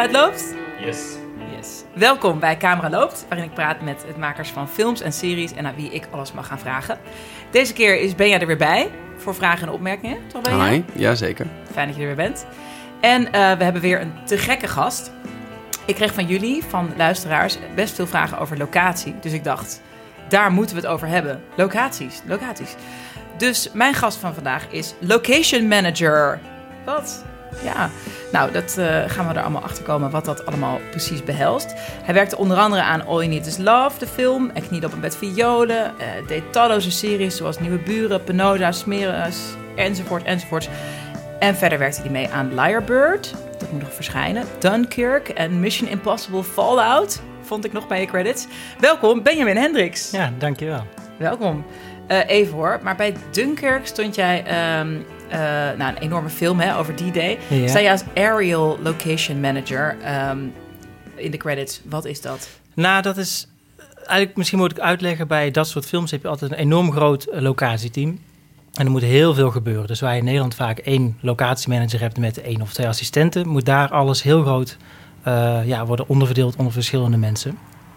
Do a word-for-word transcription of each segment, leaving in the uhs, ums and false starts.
Geluid loopt? Yes. Yes. Welkom bij Camera Loopt, waarin ik praat met het makers van films en series en aan wie ik alles mag gaan vragen. Deze keer is Benja er weer bij voor vragen en opmerkingen. Toch, Benja? Hi, ja zeker. Fijn dat je er weer bent. En uh, we hebben weer een te gekke gast. Ik kreeg van jullie, van luisteraars, best veel vragen over locatie. Dus ik dacht, daar moeten we het over hebben. Locaties, locaties. Dus mijn gast van vandaag is Location Manager. Wat? Ja, nou, dat uh, gaan we er allemaal achter komen wat dat allemaal precies behelst. Hij werkte onder andere aan All You Need Is Love, de film, en Knielde op een bed violen. Uh, deed talloze series zoals Nieuwe Buren, Penosa, Smeres, enzovoort, enzovoort. En verder werkte hij mee aan Lyrebird, dat moet nog verschijnen, Dunkirk en Mission Impossible Fallout, vond ik nog bij je credits. Welkom, Benjamin Hendricks. Ja, dankjewel. Welkom. Uh, even hoor, maar bij Dunkirk stond jij... Um, Uh, nou, een enorme film hè, over D-Day. Ja. Sta je als Aerial Location Manager um, in de credits. Wat is dat? Nou, dat is... Eigenlijk, misschien moet ik uitleggen, bij dat soort films heb je altijd een enorm groot uh, locatieteam. En er moet heel veel gebeuren. Dus waar je in Nederland vaak één locatiemanager hebt met één of twee assistenten, moet daar alles heel groot uh, ja, worden onderverdeeld onder verschillende mensen.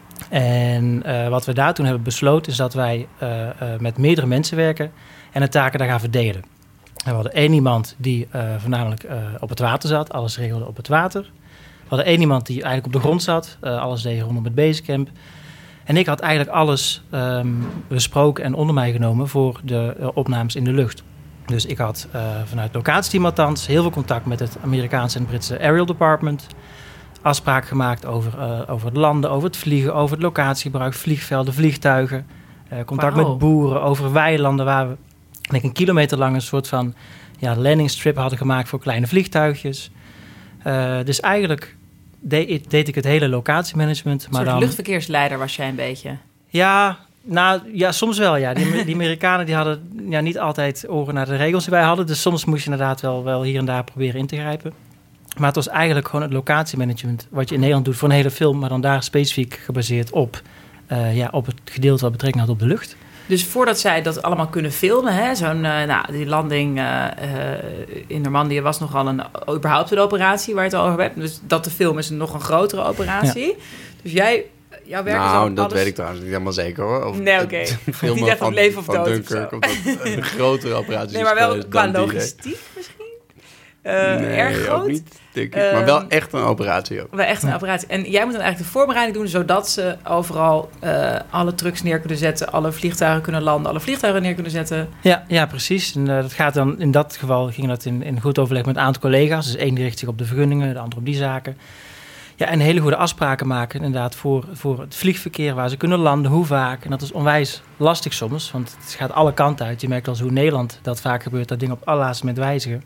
En uh, wat we daar toen hebben besloten is dat wij uh, uh, met meerdere mensen werken en de taken daar gaan verdelen. We hadden één iemand die uh, voornamelijk uh, op het water zat, alles regelde op het water. We hadden één iemand die eigenlijk op de grond zat, uh, alles deed rondom het basecamp. En ik had eigenlijk alles um, besproken en onder mij genomen voor de uh, opnames in de lucht. Dus ik had uh, vanuit het locatieteam althans heel veel contact met het Amerikaanse en Britse Aerial Department. Afspraken gemaakt over, uh, over het landen, over het vliegen, over het locatiegebruik, vliegvelden, vliegtuigen. Uh, contact wow. met boeren, over weilanden waar we... En ik een kilometer lang een soort van ja, landingstrip hadden gemaakt voor kleine vliegtuigjes. Uh, dus eigenlijk deed, deed ik het hele locatiemanagement. Een soort dan, luchtverkeersleider was jij een beetje? Ja, nou, ja soms wel. Ja. Die, die Amerikanen die hadden ja, niet altijd oren naar de regels die wij hadden. Dus soms moest je inderdaad wel, wel hier en daar proberen in te grijpen. Maar het was eigenlijk gewoon het locatiemanagement wat je in Nederland doet voor een hele film. Maar dan daar specifiek gebaseerd op, uh, ja, op het gedeelte wat betrekking had op de lucht. Dus voordat zij dat allemaal kunnen filmen, hè, zo'n, uh, nou, die landing uh, uh, in Normandië was nogal een, überhaupt een operatie waar je het al over hebt. Dus dat te filmen is een nog een grotere operatie. Ja. Dus jij, jouw werk nou, is al dat alles... weet ik trouwens niet helemaal zeker hoor. Of nee, oké. Okay. Niet echt op leven of dood van Dunkirk, of dat een grotere operatie nee, maar wel is qua logistiek misschien? Uh, nee, erg groot. Ook niet, denk ik. Uh, maar wel echt een operatie ook. Wel echt een ja. operatie. En jij moet dan eigenlijk de voorbereiding doen, zodat ze overal uh, alle trucks neer kunnen zetten, alle vliegtuigen kunnen landen, alle vliegtuigen neer kunnen zetten. Ja, ja precies. En uh, dat gaat dan in dat geval ging dat in, in goed overleg met een aantal collega's. Dus één richt zich op de vergunningen, de ander op die zaken. Ja, en hele goede afspraken maken inderdaad voor, voor het vliegverkeer, waar ze kunnen landen, hoe vaak. En dat is onwijs lastig soms, want het gaat alle kanten uit. Je merkt wel eens hoe in Nederland dat vaak gebeurt, dat dingen op allerlaatste moment wijzigen.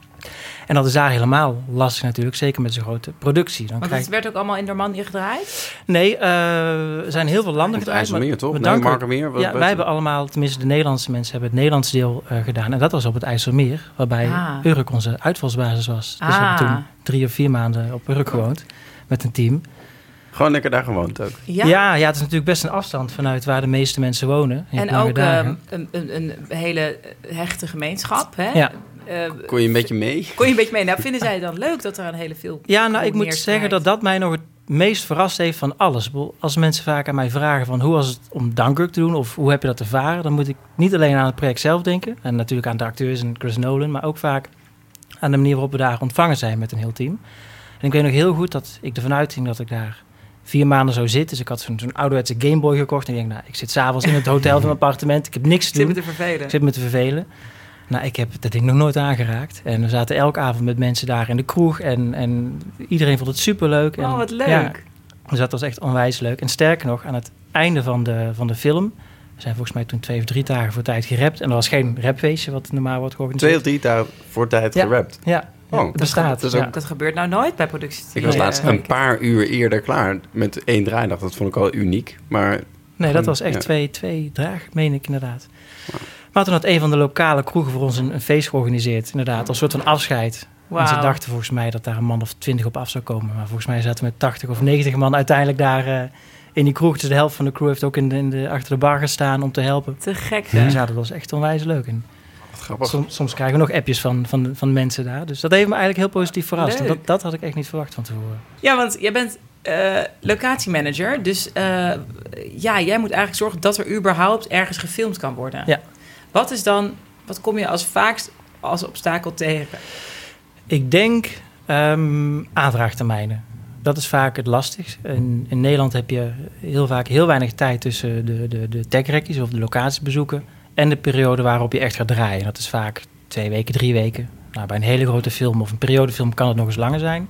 En dat is daar helemaal lastig natuurlijk, zeker met zo'n grote productie. Dan Want krijg... het werd ook allemaal in Normandië gedraaid? Nee, uh, er zijn heel veel landen gedraaid. IJsselmeer toch? Nee, Markermeer? Wat, ja, wat? wij hebben allemaal, tenminste de Nederlandse mensen hebben het Nederlands deel uh, gedaan. En dat was op het IJsselmeer, waarbij ah. Urk onze uitvalsbasis was. Dus ah. we hebben toen drie of vier maanden op Urk gewoond met een team. Gewoon lekker daar gewoond ook? Ja, ja, ja het is natuurlijk best een afstand vanuit waar de meeste mensen wonen. En ook um, een, een, een hele hechte gemeenschap, hè? Ja. Uh, kon je een beetje mee? Kon je een beetje mee. Nou, vinden zij het dan leuk dat er een hele veel... Ja, nou, ik moet zeggen dat dat mij nog het meest verrast heeft van alles. Als mensen vaak aan mij vragen van hoe was het om Dunkirk te doen of hoe heb je dat ervaren, dan moet ik niet alleen aan het project zelf denken en natuurlijk aan de acteurs en Chris Nolan, maar ook vaak aan de manier waarop we daar ontvangen zijn met een heel team. En ik weet nog heel goed dat ik ervan uitging dat ik daar vier maanden zou zitten. Dus ik had zo'n, zo'n ouderwetse Gameboy gekocht en ik denk, nou, ik zit s'avonds in het hotel van mijn appartement, ik heb niks te doen. Ik zit me te vervelen. Ik zit me te vervelen. Nou, ik heb dat ding nog nooit aangeraakt. En we zaten elke avond met mensen daar in de kroeg. En, en iedereen vond het superleuk. Oh, wat leuk. Ja, dus dat was echt onwijs leuk. En sterker nog, aan het einde van de, van de film... We zijn volgens mij toen twee of drie dagen voor tijd gerapt. En dat was geen rapfeestje wat normaal wordt georganiseerd. Twee of drie dagen voor tijd ja. gerapt? Ja, ja. Oh, het bestaat. Dat, ja. ook, dat gebeurt nou nooit bij productie. Ik was laatst een paar uur eerder klaar met één draaidag. Dat vond ik al uniek. Maar nee, dat was echt ja. twee, twee dragen, meen ik inderdaad. Wow. Maar toen had een van de lokale kroegen voor ons een, een feest georganiseerd. Inderdaad, als soort van afscheid. Wow. En ze dachten volgens mij dat daar een man of twintig op af zou komen. Maar volgens mij zaten we met tachtig of negentig man uiteindelijk daar uh, in die kroeg. Dus de helft van de crew heeft ook in de, in de, achter de bar gestaan om te helpen. Te gek, hè? Dus ja, dat was echt onwijs leuk. En Grappig. Soms, soms krijgen we nog appjes van, van, van mensen daar. Dus dat heeft me eigenlijk heel positief verrast. Leuk. Dat, dat had ik echt niet verwacht van tevoren. Ja, want jij bent uh, locatiemanager. Dus uh, ja, jij moet eigenlijk zorgen dat er überhaupt ergens gefilmd kan worden. Ja. Wat is dan, wat kom je als vaakst als obstakel tegen? Ik denk um, aanvraagtermijnen. Dat is vaak het lastigst. In, in Nederland heb je heel vaak heel weinig tijd tussen de, de, de techrekkies of de locatiebezoeken en de periode waarop je echt gaat draaien. Dat is vaak twee weken, drie weken. Nou, bij een hele grote film of een periodefilm kan het nog eens langer zijn.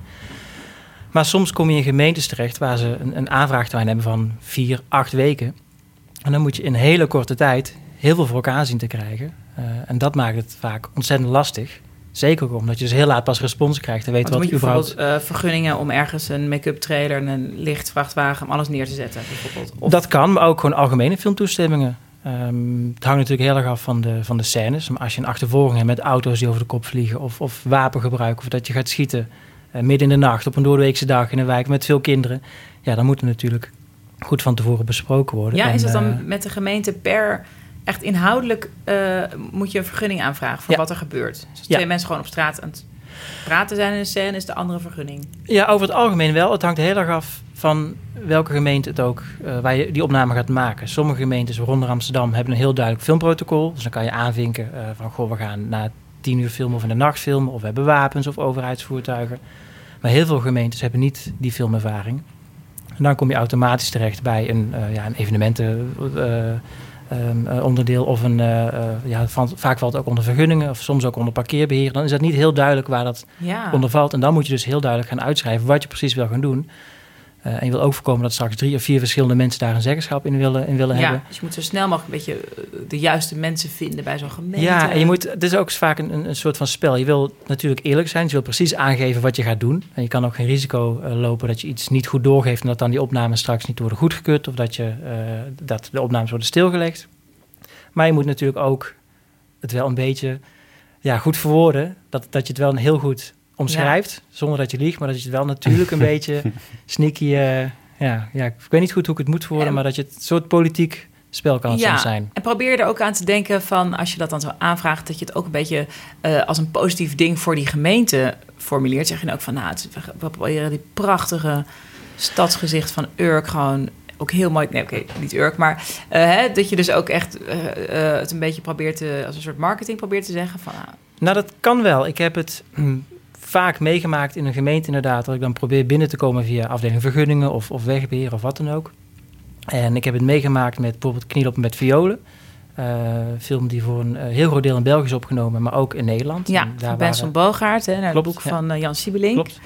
Maar soms kom je in gemeentes terecht waar ze een, een aanvraagtermijn hebben van vier, acht weken. En dan moet je in een hele korte tijd heel veel voor elkaar zien te krijgen. Uh, en dat maakt het vaak ontzettend lastig. Zeker ook omdat je dus heel laat pas respons krijgt en weet Want wat moet je überhaupt... bijvoorbeeld uh, vergunningen om ergens een make-up trailer en een lichtvrachtwagen om alles neer te zetten bijvoorbeeld? Of... Dat kan, maar ook gewoon algemene filmtoestemmingen. Um, het hangt natuurlijk heel erg af van de, van de scènes. Maar als je een achtervolging hebt met auto's die over de kop vliegen of, of wapengebruik of dat je gaat schieten uh, midden in de nacht op een doordeweekse dag in een wijk met veel kinderen, ja, dan moet het natuurlijk goed van tevoren besproken worden. Ja, en, is het dan uh, met de gemeente per echt inhoudelijk uh, moet je een vergunning aanvragen voor ja. wat er gebeurt? Dus als Ja. twee mensen gewoon op straat aan het praten zijn in een scène, is de andere vergunning? Ja, over het algemeen wel. Het hangt heel erg af van welke gemeente het ook, uh, waar je die opname gaat maken. Sommige gemeentes, waaronder Amsterdam, hebben een heel duidelijk filmprotocol. Dus dan kan je aanvinken uh, van, goh, we gaan na tien uur filmen of in de nacht filmen, of we hebben wapens of overheidsvoertuigen. Maar heel veel gemeentes hebben niet die filmervaring. En dan kom je automatisch terecht bij een, uh, ja, een evenementen... Uh, Um, uh, onderdeel of een, uh, uh, ja, van, vaak valt het ook onder vergunningen of soms ook onder parkeerbeheer. Dan is dat niet heel duidelijk waar dat Ja. onder valt. En dan moet je dus heel duidelijk gaan uitschrijven wat je precies wil gaan doen. Uh, en je wil ook voorkomen dat straks drie of vier verschillende mensen daar een zeggenschap in willen, in willen Ja, hebben. dus je moet zo snel mogelijk een beetje uh, de juiste mensen vinden bij zo'n gemeente. Ja, en je moet, het is ook vaak een, een, een soort van spel. Je wil natuurlijk eerlijk zijn. Je wil precies aangeven wat je gaat doen. En je kan ook geen risico uh, lopen dat je iets niet goed doorgeeft en dat dan die opnames straks niet worden goedgekeurd of dat, je, uh, dat de opnames worden stilgelegd. Maar je moet natuurlijk ook het wel een beetje ja, goed verwoorden. Dat, dat je het wel heel goed omschrijft, ja. Zonder dat je liegt. Maar dat je het wel natuurlijk een beetje sneaky... Uh, ja, ja, ik weet niet goed hoe ik het moet verwoorden, en, maar dat je het een soort politiek spel kan het ja, soms zijn. En probeer je er ook aan te denken van, als je dat dan zo aanvraagt, dat je het ook een beetje uh, als een positief ding voor die gemeente formuleert. Zeg je dan ook van, nou, het, we proberen die prachtige stadsgezicht van Urk gewoon... Ook heel mooi, nee oké, okay, niet Urk, maar uh, hè, dat je dus ook echt uh, uh, het een beetje probeert te, als een soort marketing probeert te zeggen van... Uh, nou, dat kan wel. Ik heb het hm, vaak meegemaakt in een gemeente inderdaad, dat ik dan probeer binnen te komen via afdeling vergunningen of, of wegbeheer of wat dan ook. En ik heb het meegemaakt met bijvoorbeeld Knielopen met violen. Uh, een film die voor een uh, heel groot deel in België is opgenomen, maar ook in Nederland. Ja, en daar van Benson waren... Bogaert, hè, naar Klopt, het boek ja. van uh, Jan Siebelink. Klopt.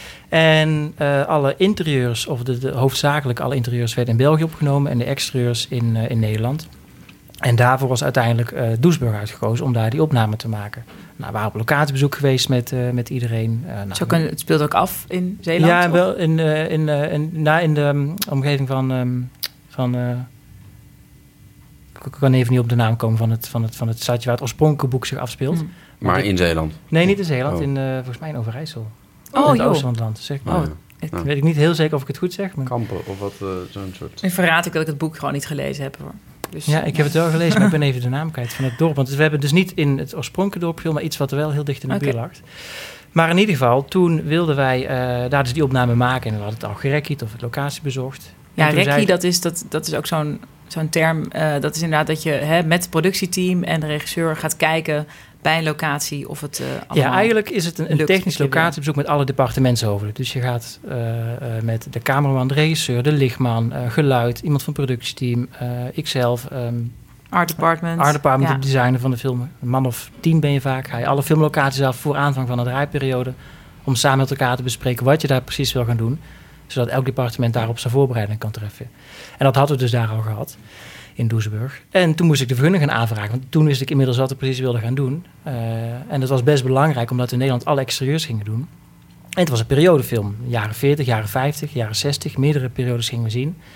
En uh, alle interieurs, of de, de, hoofdzakelijk alle interieurs werden in België opgenomen en de exterieurs in, uh, in Nederland. En daarvoor was uiteindelijk uh, Doesburg uitgekozen om daar die opname te maken. Nou, we waren op locatiebezoek geweest met, uh, met iedereen. Uh, nou, Zo kan, het speelt ook af in Zeeland? Ja, wel in, uh, in, uh, in, na, in de um, omgeving van... Um, van uh, ik kan even niet op de naam komen van het, van het, van het stadje waar het oorspronkelijke boek zich afspeelt. Hmm. Maar ik, in Zeeland? Nee, niet in Zeeland. Oh. In, uh, volgens mij in Overijssel. Oh, in het joh. oosten van het land. Zeg ik. Oh, Oh, ja. ik Ja. weet ik niet heel zeker of ik het goed zeg. Maar... Kampen of wat, uh, zo'n soort... Nu verraad ik dat ik het boek gewoon niet gelezen heb, hoor. Dus, Ja, ik heb het wel gelezen, maar ik ben even de naam kwijt van het dorp. Want we hebben dus niet in het oorspronkelijke dorp gefilmd, maar iets wat er wel heel dicht in de Oké. buurt lag. Maar in ieder geval, toen wilden wij uh, daar dus die opname maken. En we hadden het al gerekkied of het locatie bezocht. Ja, En toen rekkie, zei- dat is, dat, dat is ook zo'n, zo'n term. Uh, dat is inderdaad dat je hè, met het productieteam en de regisseur gaat kijken bij een locatie of het uh, allemaal... Ja, eigenlijk is het een, een lukt technisch wat je wil. locatiebezoek met alle departementshoofden. Dus je gaat uh, uh, met de cameraman, de regisseur, de lichtman, uh, geluid, iemand van het productieteam, uh, ikzelf, um, Art department. art department, Ja. de designer van de film. Een man of tien ben je vaak. Ga je alle filmlocaties af voor aanvang van de draaiperiode om samen met elkaar te bespreken wat je daar precies wil gaan doen. Zodat elk departement daarop zijn voorbereiding kan treffen. En dat hadden we dus daar al gehad. In Doesburg. En toen moest ik de vergunning gaan aanvragen. Want toen wist ik inmiddels wat ik precies wilde gaan doen. Uh, en dat was best belangrijk, omdat we in Nederland alle exterieurs gingen doen. En het was een periodefilm. Jaren veertig, jaren vijftig, jaren zestig. Meerdere periodes gingen we zien.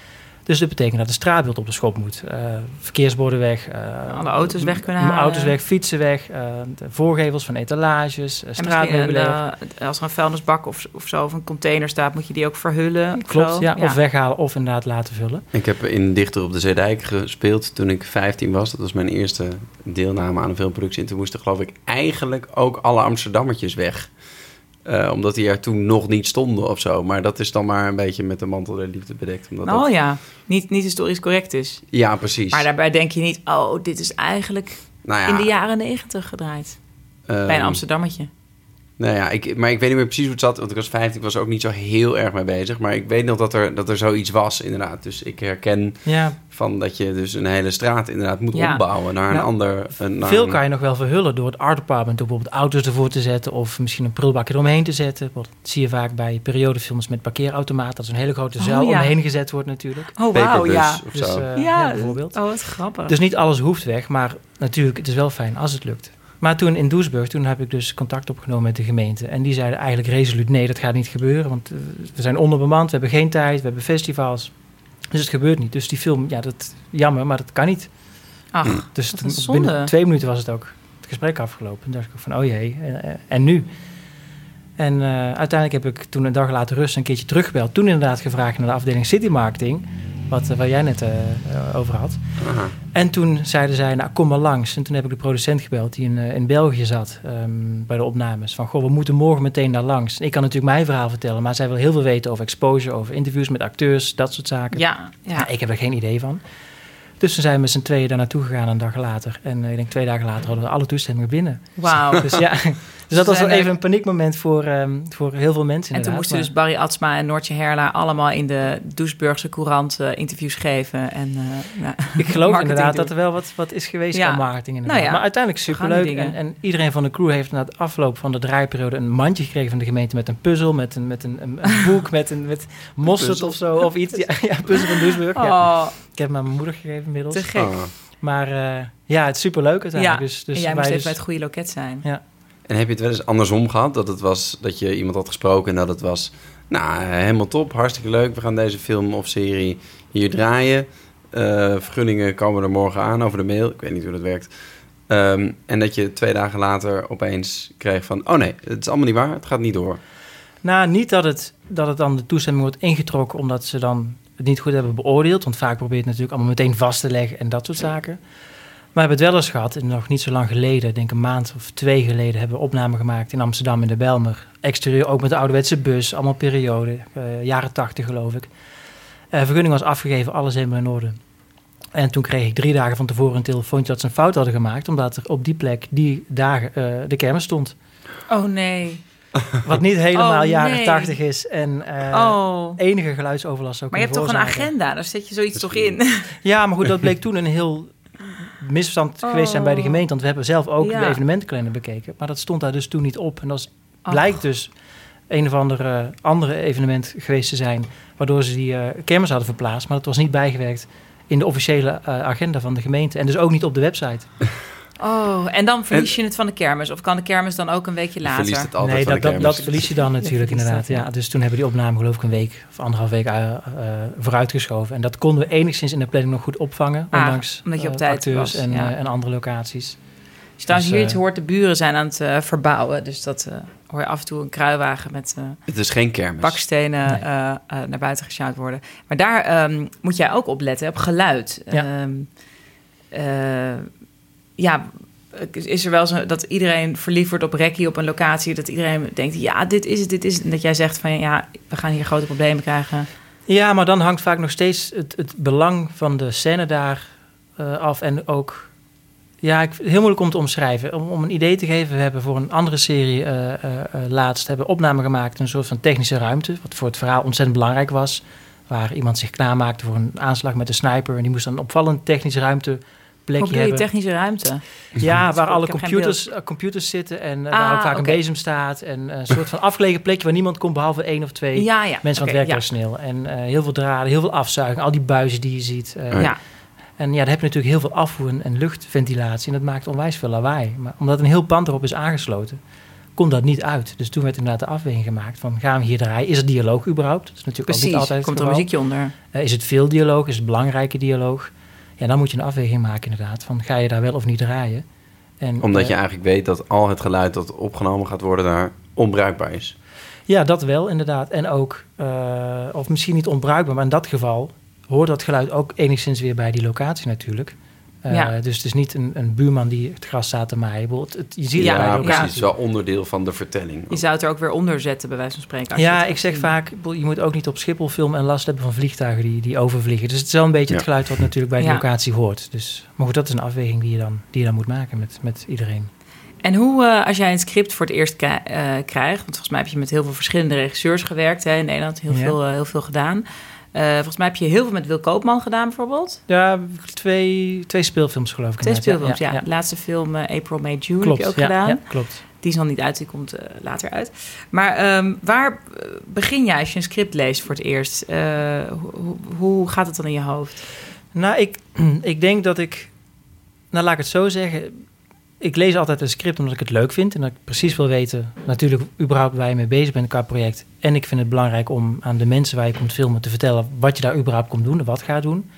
Dus dat betekent dat de straatbeeld op de schop moet. Uh, verkeersborden weg. Uh, Alle auto's weg kunnen halen. Auto's weg, fietsen weg. Uh, de voorgevels van etalages. Uh, straatmeubilair. Uh, als er een vuilnisbak of, of zo of een container staat, moet je die ook verhullen. Klopt, zo. Ja, ja. Of weghalen of inderdaad laten vullen. Ik heb in Dichter op de Zeedijk gespeeld toen ik vijftien was. Dat was mijn eerste deelname aan een filmproductie. En toen moesten geloof ik eigenlijk ook alle Amsterdammertjes weg. Uh, omdat die er toen nog niet stonden of zo. Maar dat is dan maar een beetje met de mantel der liefde bedekt. Omdat oh dat... ja, niet, niet historisch correct is. Ja, precies. Maar daarbij denk je niet, oh, dit is eigenlijk nou ja, in de jaren negentig gedraaid. Um, bij een Amsterdammetje. Nou ja, ik, maar ik weet niet meer precies hoe het zat. Want ik was vijftien, ik was er ook niet zo heel erg mee bezig. Maar ik weet nog dat er, dat er zoiets was, inderdaad. Dus ik herken ja. van dat je dus een hele straat inderdaad moet ja. ombouwen naar een nou, ander... Een, naar veel een... kan je nog wel verhullen door het art department bijvoorbeeld auto's ervoor te zetten of misschien een prullenbakje eromheen te zetten. Dat zie je vaak bij periodefilms met parkeerautomaten. Dat is een hele grote zuil oh, ja. omheen gezet wordt natuurlijk. Oh, wauw, ja. Of dus, zo. Uh, ja, ja, bijvoorbeeld. Oh, wat grappig. Dus niet alles hoeft weg, maar natuurlijk, het is wel fijn als het lukt. Maar toen in Doesburg, toen heb ik dus contact opgenomen met de gemeente. En die zeiden eigenlijk resoluut, nee, dat gaat niet gebeuren. Want uh, we zijn onderbemand, we hebben geen tijd, we hebben festivals. Dus het gebeurt niet. Dus die film, ja, dat jammer, maar dat kan niet. Ach, dus dat is toen, zonde. binnen twee minuten was het ook het gesprek afgelopen. En dacht ik van, oh jee, en, en nu? En uh, uiteindelijk heb ik toen een dag later rust een keertje teruggebeld. Toen inderdaad gevraagd naar de afdeling City Marketing. Wat, waar jij net uh, over had. Aha. En toen zeiden zij, nou kom maar langs. En toen heb ik de producent gebeld die in, uh, in België zat um, bij de opnames. Van, goh, we moeten morgen meteen daar langs. Ik kan natuurlijk mijn verhaal vertellen, maar zij wil heel veel weten over exposure, over interviews met acteurs, dat soort zaken. Ja, ja. Nou, ik heb er geen idee van. Dus toen zijn we met z'n tweeën daar naartoe gegaan een dag later. En uh, ik denk twee dagen later hadden we alle toestemmingen binnen. Wauw. Dus ja, dus dat was wel even een paniekmoment voor, um, voor heel veel mensen. En toen moesten maar... dus Barry Atsma en Noortje Herla allemaal in de Doesburgse Courant uh, interviews geven. En, uh, nou, ik geloof inderdaad dat er wel wat, wat is geweest ja. aan marketing. Inderdaad. Nou ja, maar uiteindelijk superleuk. En, en iedereen van de crew heeft na de afloop van de draaiperiode een mandje gekregen van de gemeente met een puzzel, met een, met een, een, een boek, met een met mosterd of zo. Of iets. Ja, ja, puzzel van Doesburg. Oh. Ja. Ik heb hem aan mijn moeder gegeven inmiddels. Te gek. Oh. Maar uh, ja, het is superleuk uiteindelijk. Ja. Dus, dus en jij moest even dus... bij het goede loket zijn. Ja. En heb je het wel eens andersom gehad? Dat het was dat je iemand had gesproken en dat het was... Nou, helemaal top, hartstikke leuk. We gaan deze film of serie hier draaien. Uh, vergunningen komen er morgen aan over de mail. Ik weet niet hoe dat werkt. Um, en dat je twee dagen later opeens kreeg van... Oh nee, het is allemaal niet waar, het gaat niet door. Nou, niet dat het, dat het dan de toestemming wordt ingetrokken omdat ze dan het niet goed hebben beoordeeld. Want vaak probeert het natuurlijk allemaal meteen vast te leggen en dat soort zaken. Maar we hebben het wel eens gehad, en nog niet zo lang geleden, ik denk een maand of twee geleden, hebben we opname gemaakt in Amsterdam in de Bijlmer. Exterieur, ook met de ouderwetse bus, allemaal periode, uh, jaren tachtig geloof ik. Uh, vergunning was afgegeven, alles helemaal in orde. En toen kreeg ik drie dagen van tevoren een telefoontje dat ze een fout hadden gemaakt, omdat er op die plek die dagen uh, de kermis stond. Oh nee. Wat niet helemaal oh, jaren nee. tachtig is en uh, oh. enige geluidsoverlast ook. Maar je hebt toch een agenda, daar zet je zoiets toch in? Ja, maar goed, dat bleek toen een heel misverstand oh. geweest zijn bij de gemeente. Want we hebben zelf ook ja. de evenementenkalender bekeken. Maar dat stond daar dus toen niet op. En dat is, blijkt dus een of ander uh, andere evenement geweest te zijn, waardoor ze die uh, kermis hadden verplaatst. Maar dat was niet bijgewerkt in de officiële uh, agenda van de gemeente. En dus ook niet op de website. Oh, en dan verlies je het van de kermis? Of kan de kermis dan ook een weekje later? Verliest het altijd nee, van dat, de kermis. dat, dat verlies je dan natuurlijk inderdaad. dat, ja. Ja, dus toen hebben we die opname geloof ik een week of anderhalf week uh, uh, vooruitgeschoven. En dat konden we enigszins in de planning nog goed opvangen. Ah, ondanks omdat je op uh, tijd acteurs was, en, ja. uh, en andere locaties. Dus trouwens dus, hier iets uh, hoort, de buren zijn aan het uh, verbouwen. Dus dat uh, hoor je af en toe een kruiwagen met uh, het is geen kermis. bakstenen nee. uh, uh, naar buiten gesjouwd worden. Maar daar um, moet jij ook op letten, op geluid. Ja. Um, uh, ja, is er wel zo dat iedereen verliefd wordt op rekkie op een locatie, dat iedereen denkt, ja, dit is het, dit is het. En dat jij zegt van, ja, we gaan hier grote problemen krijgen. Ja, maar dan hangt vaak nog steeds het, het belang van de scène daar uh, af. En ook, ja, ik, heel moeilijk om te omschrijven. Om, om een idee te geven, we hebben voor een andere serie uh, uh, uh, laatst hebben opname gemaakt in een soort van technische ruimte, wat voor het verhaal ontzettend belangrijk was, waar iemand zich klaarmaakte voor een aanslag met een sniper. En die moest dan een opvallend technische ruimte plekje Hoe bedoel je hebben. technische ruimte? Ja, waar alle Ik heb geen computers, uh, computers zitten en uh, Ah, waar ook vaak oké. een bezem staat. En uh, een soort van afgelegen plekje waar niemand komt behalve één of twee Ja, ja. mensen Oké, van het ja. werkpersoneel. En uh, heel veel draden, heel veel afzuiging, al die buizen die je ziet. Uh, Ja. En ja, daar heb je natuurlijk heel veel afvoer en, en luchtventilatie. En dat maakt onwijs veel lawaai. Maar omdat een heel pand erop is aangesloten, kon dat niet uit. Dus toen werd inderdaad de afweging gemaakt van, gaan we hier draaien? Is er dialoog überhaupt? Dat is natuurlijk Precies, ook niet altijd komt het er een geval. muziekje onder. Uh, is het veel dialoog? Is het belangrijke dialoog? Ja, dan moet je een afweging maken inderdaad. Van, ga je daar wel of niet draaien? En, Omdat uh, je eigenlijk weet dat al het geluid dat opgenomen gaat worden daar onbruikbaar is. Ja, dat wel inderdaad. En ook, uh, of misschien niet onbruikbaar, maar in dat geval hoort dat geluid ook enigszins weer bij die locatie natuurlijk. Uh, Ja. Dus het is niet een, een buurman die het gras staat te maaien. Het, het, je ziet Ja, het bij Ja, de precies. locatie. Het is wel onderdeel van de vertelling. Je zou het er ook weer onder zetten, bij wijze van spreken. als je Ja, het ik zeg ziet. vaak, je moet ook niet op Schiphol filmen en last hebben van vliegtuigen die, die overvliegen. Dus het is wel een beetje het Ja. geluid wat natuurlijk bij de Ja. locatie hoort. Dus, maar goed, dat is een afweging die je dan, die je dan moet maken met, met iedereen. En hoe, uh, als jij een script voor het eerst k- uh, krijgt... want volgens mij heb je met heel veel verschillende regisseurs gewerkt... Hè, in Nederland, heel, Ja. veel, uh, heel veel gedaan. Uh, volgens mij heb je heel veel met Wil Koopman gedaan bijvoorbeeld. Ja, twee, twee speelfilms geloof ik. Twee inderdaad. speelfilms, ja. De laatste film, uh, April, May, June, Klopt, heb je ook ja, gedaan. ja, klopt. Die is nog niet uit, die komt uh, later uit. Maar um, waar uh, begin jij als je een script leest voor het eerst? Uh, hoe, hoe gaat het dan in je hoofd? Nou, ik, ik denk dat ik... Nou, laat ik het zo zeggen. Ik lees altijd een script omdat ik het leuk vind. En dat ik precies wil weten, natuurlijk, überhaupt waar je mee bezig bent qua project. En ik vind het belangrijk om aan de mensen waar je komt filmen te vertellen wat je daar überhaupt komt doen en wat gaat doen.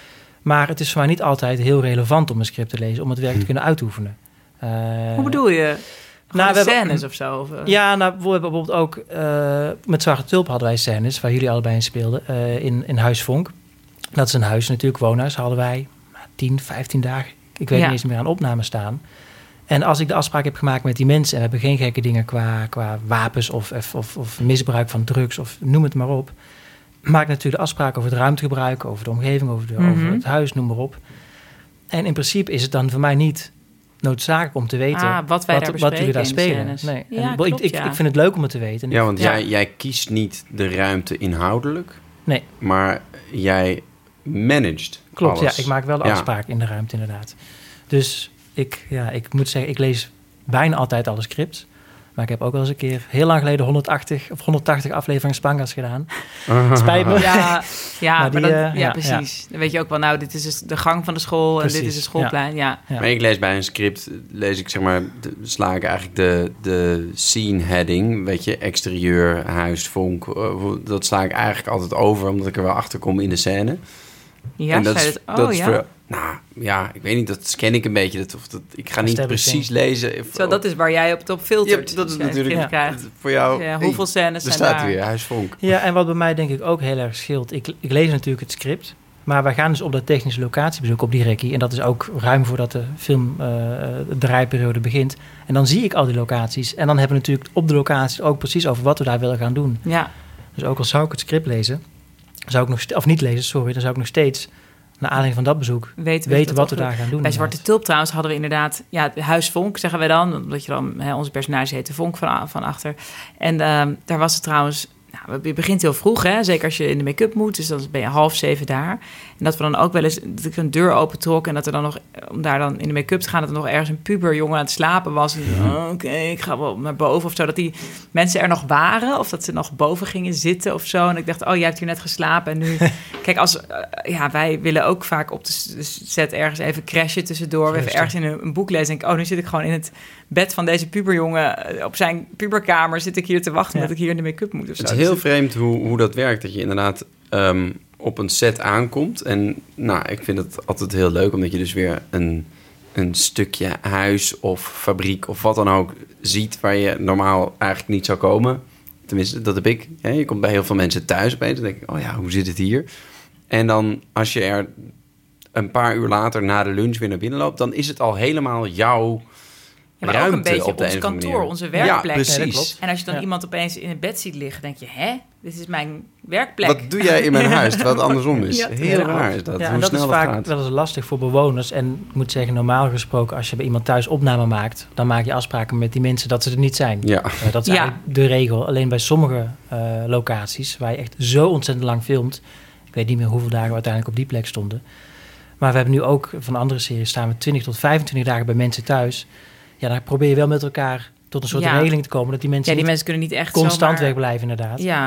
Maar het is voor mij niet altijd heel relevant om een script te lezen, om het werk te kunnen uitoefenen. Uh, Hoe bedoel je? Nou, Nou, we scènes hebben- of zo? Of, uh, Ja, nou, we hebben bijvoorbeeld ook uh, met Zwarte Tulp hadden wij scènes waar jullie allebei in speelden uh, in, in Huis Vonk. Dat is een huis, natuurlijk woonhuis, hadden wij tien, vijftien dagen. Ik weet Ja. niet eens meer aan opname staan. En als ik de afspraak heb gemaakt met die mensen en we hebben geen gekke dingen qua, qua wapens of, of, of misbruik van drugs of noem het maar op, maak ik natuurlijk de afspraak over het ruimtegebruik, over de omgeving, over, de, Mhm. over het huis, noem maar op. En in principe is het dan voor mij niet noodzakelijk om te weten Ah, wat wij daar wat, wat jullie daar bespreken in spelen. de scènes. Nee. Ja, En, klopt, ik, ik, ja. ik vind het leuk om het te weten. Ja, want Ja. Jij, jij kiest niet de ruimte inhoudelijk, Nee, maar jij managt klopt. alles. Ja, ik maak wel de Ja. afspraak in de ruimte inderdaad. Dus ik, ja, ik moet zeggen, ik lees bijna altijd alle scripts. Maar ik heb ook wel eens een keer heel lang geleden honderdtachtig of honderdtachtig afleveringen Spangas gedaan. Spijt me. Ja, ja, Maar maar, die, dan, eh, ja, ja, precies. Dan weet je ook wel, nou, dit is dus de gang van de school en dit Precies, is het schoolplein. Ja. Ja. Maar ik lees bij een script, lees ik zeg maar, de, sla ik eigenlijk de, de scene heading, weet je, exterieur, huis, vonk, uh, dat sla ik eigenlijk altijd over, omdat ik er wel achter kom in de scène. Ja, en dat zei is, het. Oh, dat is ja. voor, nou ja, ik weet niet, dat scan ik een beetje. Dat, of dat, ik ga niet Establishing. precies lezen. Of- Zo, dat is waar jij op het op filtert. Ja, dat is als jij een natuurlijk script krijgt. dat- voor jou. Ja, hey, hoeveel scènes er zijn staat daar? weer, huis vonk. Ja, en wat bij mij denk ik ook heel erg scheelt. Ik, ik lees natuurlijk het script, maar wij gaan dus op dat technische locatiebezoek op die rekkie. En dat is ook ruim voordat de film uh, de draaiperiode begint. En dan zie ik al die locaties. En dan hebben we natuurlijk op de locaties ook precies over wat we daar willen gaan doen. Ja, Dus ook al zou ik het script lezen, zou ik nog st- of niet lezen, sorry, dan zou ik nog steeds, naar aanleiding van dat bezoek, weten we weten dat wat we ook. daar gaan doen. Bij Zwarte inderdaad. Tulp trouwens hadden we inderdaad... Ja, het Huis Vonk zeggen wij dan. Omdat je dan... Hè, onze personage heette Vonk van, van achter. En ehm, daar was het trouwens... Nou, je begint heel vroeg, hè? Zeker als je in de make-up moet. Dus dan ben je half zeven daar. En dat we dan ook wel eens... Dat ik een deur opentrok en dat er dan nog... Om daar dan in de make-up te gaan... Dat er nog ergens een puberjongen aan het slapen was. En oh, oké, ik ga wel naar boven of zo. Dat die mensen er nog waren. Of dat ze nog boven gingen zitten of zo. En ik dacht, oh, jij hebt hier net geslapen. En nu... Kijk, als, uh, ja, wij willen ook vaak op de set ergens even crashen tussendoor. We even Rustig. ergens in een, een boek lezen. En denk, oh, nu zit ik gewoon in het bed van deze puberjongen. Op zijn puberkamer zit ik hier te wachten... Ja. dat ik hier in de make-up moet of zo. Het is Dus heel vreemd hoe, hoe dat werkt. Dat je inderdaad um, op een set aankomt. En nou, ik vind het altijd heel leuk... omdat je dus weer een, een stukje huis of fabriek... of wat dan ook ziet... waar je normaal eigenlijk niet zou komen. Tenminste, dat heb ik. Hè? Je komt bij heel veel mensen thuis opeens... en denk ik, oh ja, hoe zit het hier? En dan als je er een paar uur later... na de lunch weer naar binnen loopt... dan is het al helemaal jouw... Ja, maar ook ruimte een beetje op de ons een of andere kantoor, manier. onze werkplek. Ja, precies. Ja, dat klopt. En als je dan Ja. iemand opeens in het bed ziet liggen, denk je, hè? Dit is mijn werkplek. Wat doe jij in mijn huis? Terwijl het andersom is. Ja, Heel ja, raar is dat. Ja, hoe en dat snel is dat vaak gaat. wel eens lastig voor bewoners. En ik moet zeggen, normaal gesproken, als je bij iemand thuis opname maakt, dan maak je afspraken met die mensen dat ze er niet zijn. Ja. Uh, dat is Ja. eigenlijk de regel. Alleen bij sommige uh, locaties, waar je echt zo ontzettend lang filmt, ik weet niet meer hoeveel dagen we uiteindelijk op die plek stonden. Maar we hebben nu ook van andere series staan we twintig tot vijfentwintig dagen bij mensen thuis. Ja, dan probeer je wel met elkaar tot een soort Ja. regeling te komen dat die mensen Ja, die niet mensen kunnen niet echt constant zomaar... wegblijven inderdaad. Ja,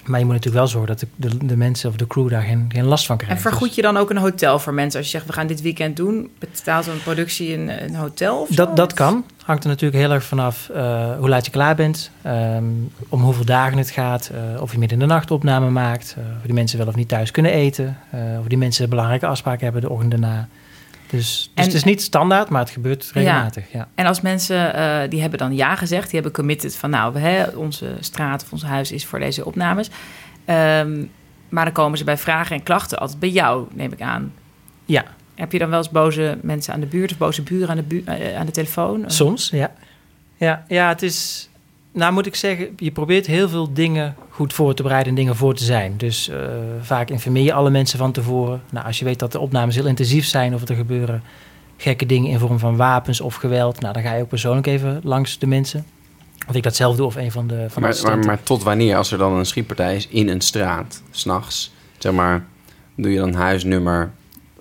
Maar je moet natuurlijk wel zorgen dat de, de, de mensen of de crew daar geen, geen last van krijgen. En vergoed je dan ook een hotel voor mensen? Als je zegt, we gaan dit weekend doen, betaalt een productie een, een hotel of zo? Dat, dat kan. Hangt er natuurlijk heel erg vanaf uh, hoe laat je klaar bent. Um, om hoeveel dagen het gaat. Uh, of je midden in de nacht opname maakt. Uh, of die mensen wel of niet thuis kunnen eten. Uh, of die mensen belangrijke afspraken hebben de ochtend daarna. Dus, dus en, het is niet standaard, maar het gebeurt regelmatig. Ja. Ja. En als mensen, uh, die hebben dan ja gezegd, die hebben committed van nou, we, hè, onze straat of ons huis is voor deze opnames. Um, maar dan komen ze bij vragen en klachten altijd bij jou, neem ik aan. Ja. Heb je dan wel eens boze mensen aan de buurt of boze buren aan de, bu- uh, aan de telefoon? Soms, ja. Ja, ja, het is... Nou moet ik zeggen, je probeert heel veel dingen goed voor te bereiden en dingen voor te zijn. Dus uh, vaak informeer je alle mensen van tevoren. Nou, als je weet dat de opnames heel intensief zijn of er gebeuren gekke dingen in vorm van wapens of geweld, nou, dan ga je ook persoonlijk even langs de mensen. Of ik dat zelf doe of een van de van maar, de maar, maar tot wanneer, als er dan een schietpartij is in een straat, 's nachts, zeg maar, doe je dan huisnummer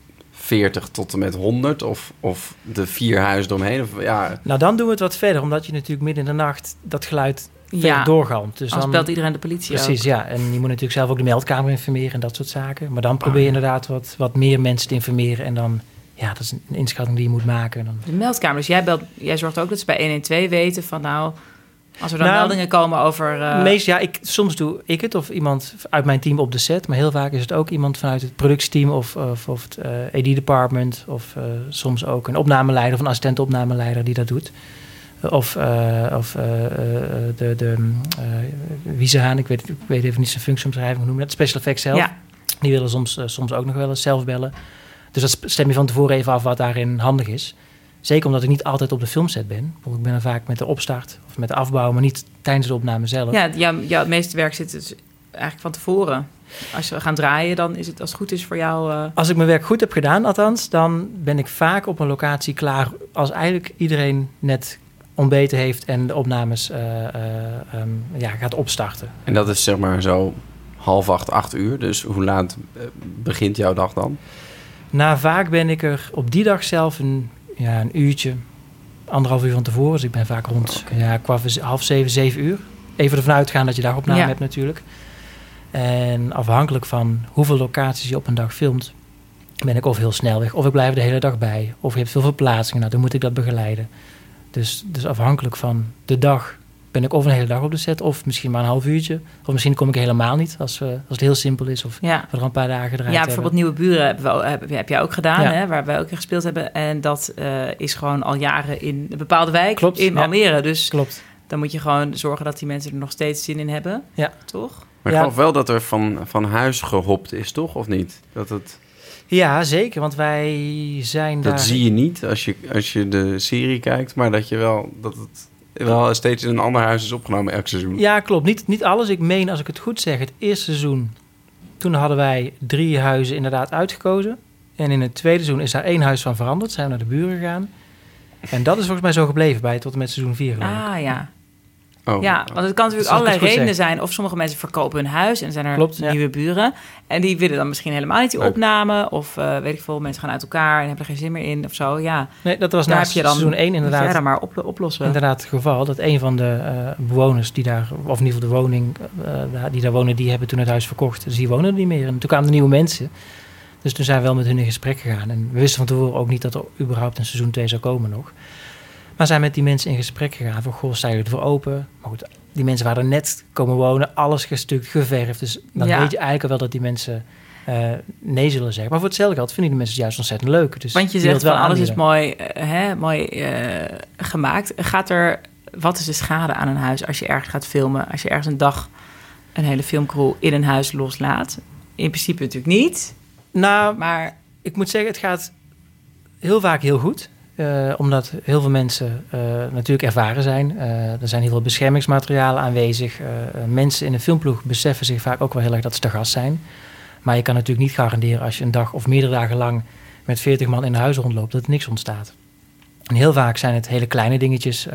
veertig tot en met honderd of, of de vier huizen eromheen? Of, ja. Nou, dan doen we het wat verder, omdat je natuurlijk midden in de nacht dat geluid ja, doorgalmt. Dus als dan belt iedereen de politie precies, ook. Ja. En je moet natuurlijk zelf ook de meldkamer informeren en dat soort zaken. Maar dan probeer je inderdaad wat, wat meer mensen te informeren en dan, ja, dat is een inschatting die je moet maken. Dan... De meldkamer, dus jij, belt, jij zorgt ook dat ze bij honderdtwaalf weten van nou, als er dan nou, meldingen komen over... Uh... Meest, ja, ik, soms doe ik het of iemand uit mijn team op de set. Maar heel vaak is het ook iemand vanuit het productieteam of, of, of het uh, A D-department. Of uh, soms ook een opnameleider of een assistent opnameleider die dat doet. Of, uh, of uh, de, de uh, Wiesehaan, ik weet, ik weet even niet zijn functieomschrijving, hoe noem je dat? Special effects zelf. Ja. Die willen soms, uh, soms ook nog wel eens zelf bellen. Dus dat stem je van tevoren even af wat daarin handig is. Zeker omdat ik niet altijd op de filmset ben. Ik ben er vaak met de opstart of met de afbouw, maar niet tijdens de opname zelf. Ja, jouw, jouw meeste werk zit dus eigenlijk van tevoren. Als we gaan draaien, dan is het als het goed is voor jou... Uh... Als ik mijn werk goed heb gedaan, althans, dan ben ik vaak op een locatie klaar als eigenlijk iedereen net ontbeten heeft en de opnames uh, uh, um, ja, gaat opstarten. En dat is zeg maar zo half acht, acht uur. Dus hoe laat begint jouw dag dan? Nou, vaak ben ik er op die dag zelf een, ja, een uurtje, anderhalf uur van tevoren. Dus ik ben vaak rond okay. ja, qua half zeven, zeven uur. Even ervan uitgaan dat je dagopname ja. hebt natuurlijk. En afhankelijk van hoeveel locaties je op een dag filmt, ben ik of heel snel weg, of ik blijf de hele dag bij. Of je hebt veel verplaatsingen, nou, dan moet ik dat begeleiden. Dus, dus afhankelijk van de dag ben ik of een hele dag op de set, of misschien maar een half uurtje. Of misschien kom ik helemaal niet, als, we, als het heel simpel is, of ja. we er een paar dagen gedraaid Ja, bijvoorbeeld hebben. Nieuwe Buren heb, we, heb, heb jij ook gedaan, ja. hè, waar wij ook in gespeeld hebben. En dat uh, is gewoon al jaren in een bepaalde wijk Klopt, in ja. Almere. Dus Klopt. Dan moet je gewoon zorgen dat die mensen er nog steeds zin in hebben. Ja. Toch? Maar ik ja. geloof wel dat er van, van huis gehopt is, toch? Of niet? Dat het... Ja, zeker, want wij zijn dat daar... zie je niet als je, als je de serie kijkt, maar dat je wel... dat het wel steeds in een ander huis is opgenomen elk seizoen. Ja, klopt. Niet, niet alles. Ik meen, als ik het goed zeg, het eerste seizoen, toen hadden wij drie huizen inderdaad uitgekozen. En in het tweede seizoen is daar één huis van veranderd. Zijn we naar de buren gegaan. En dat is volgens mij zo gebleven bij tot en met seizoen vier. Ah, ja. Oh, ja, want het kan natuurlijk dus allerlei redenen zijn. Of sommige mensen verkopen hun huis en zijn er Klopt, ja. nieuwe buren. En die willen dan misschien helemaal niet die Leuk. opname. Of uh, weet ik veel, mensen gaan uit elkaar en hebben er geen zin meer in of zo. Ja, Nee, dat was daar na heb je dan, seizoen één inderdaad. Ja, dan maar op, oplossen. Inderdaad het geval dat een van de uh, bewoners die daar, of in ieder geval de woning uh, die daar wonen, die hebben toen het huis verkocht. Dus die wonen er niet meer. En toen kwamen er nieuwe mensen. Dus toen zijn we wel met hun in gesprek gegaan. En we wisten van tevoren ook niet dat er überhaupt een seizoen twee zou komen nog. Maar zijn met die mensen in gesprek gegaan. Van, goh, sta je ervoor open? Maar goed, die mensen waren er net komen wonen. Alles gestuukt, geverfd. Dus dan ja. weet je eigenlijk al wel dat die mensen uh, nee zullen zeggen. Maar voor hetzelfde geld vinden die mensen het juist ontzettend leuk. Dus Want je zegt wel, alles is mooi, uh, hè, mooi uh, gemaakt. Gaat er, wat is de schade aan een huis als je ergens gaat filmen? Als je ergens een dag een hele filmcrew in een huis loslaat? In principe natuurlijk niet. Nou, maar ik moet zeggen, het gaat heel vaak heel goed. Uh, omdat heel veel mensen uh, natuurlijk ervaren zijn. Uh, er zijn heel veel beschermingsmaterialen aanwezig. Uh, uh, mensen in een filmploeg beseffen zich vaak ook wel heel erg dat ze te gast zijn. Maar je kan natuurlijk niet garanderen als je een dag of meerdere dagen lang met veertig man in een huis rondloopt, dat er niks ontstaat. En heel vaak zijn het hele kleine dingetjes. Uh,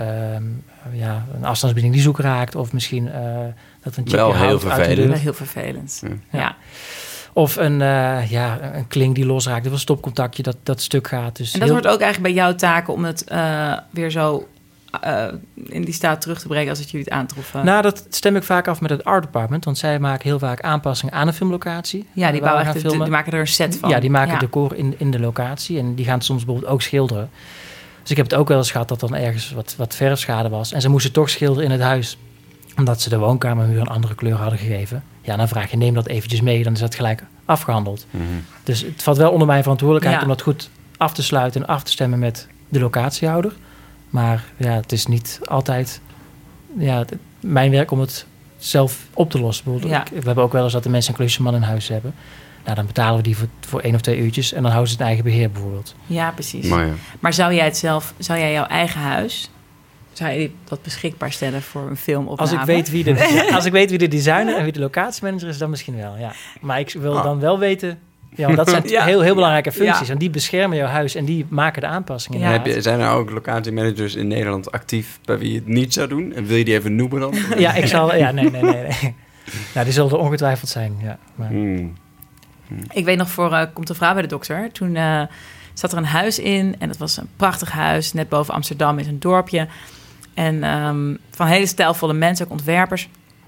ja, een afstandsbediening die zoek raakt. Of misschien uh, dat een chipje wel heel houdt vervelend. uit de deur. wel heel vervelend. Ja. ja. Of een, uh, ja, een klink die losraakt, of een stopcontactje dat, dat stuk gaat. Dus en dat heel... wordt ook eigenlijk bij jouw taken om het uh, weer zo uh, in die staat terug te brengen als het jullie het aantroffen? Nou, dat stem ik vaak af met het art department. Want zij maken heel vaak aanpassingen aan een filmlocatie. Ja, die, bouwen echt de, filmen. die maken er een set van. Ja, die maken ja. decor in, in de locatie. En die gaan soms bijvoorbeeld ook schilderen. Dus ik heb het ook wel eens gehad dat dan ergens wat, wat verfschade was. En ze moesten toch schilderen in het huis. Omdat ze de woonkamermuur een andere kleur hadden gegeven. Ja, dan vraag je, neem dat eventjes mee. Dan is dat gelijk afgehandeld. Mm-hmm. Dus het valt wel onder mijn verantwoordelijkheid Ja. om dat goed af te sluiten en af te stemmen met de locatiehouder. Maar ja, het is niet altijd ja, het, mijn werk om het zelf op te lossen. Bijvoorbeeld, Ja. ik, we hebben ook wel eens dat de mensen een klusjeman in huis hebben. Nou, dan betalen we die voor, voor één of twee uurtjes en dan houden ze het in eigen beheer bijvoorbeeld. Ja, precies. Maar ja. Maar zou jij het zelf, zou jij jouw eigen huis, zou je dat beschikbaar stellen voor een filmopname? Als ik weet wie de, als ik weet wie de designer en wie de locatiemanager is, dan misschien wel, ja. Maar ik wil Oh. dan wel weten. Ja, want dat zijn Ja. heel, heel belangrijke functies. Ja. Want die beschermen jouw huis en die maken de aanpassingen. Ja. Heb je, zijn er ook locatiemanagers in Nederland actief bij wie je het niet zou doen? En wil je die even noemen dan? Ja, ik zal. Ja, nee, nee, nee. nee. Nou, die zullen er ongetwijfeld zijn. Ja, maar. Hmm. Ik weet nog, voor uh, Komt een vrouw bij de dokter. Toen uh, zat er een huis in. En dat was een prachtig huis. Net boven Amsterdam is een dorpje. En um, van hele stijlvolle mensen, ook ontwerpers.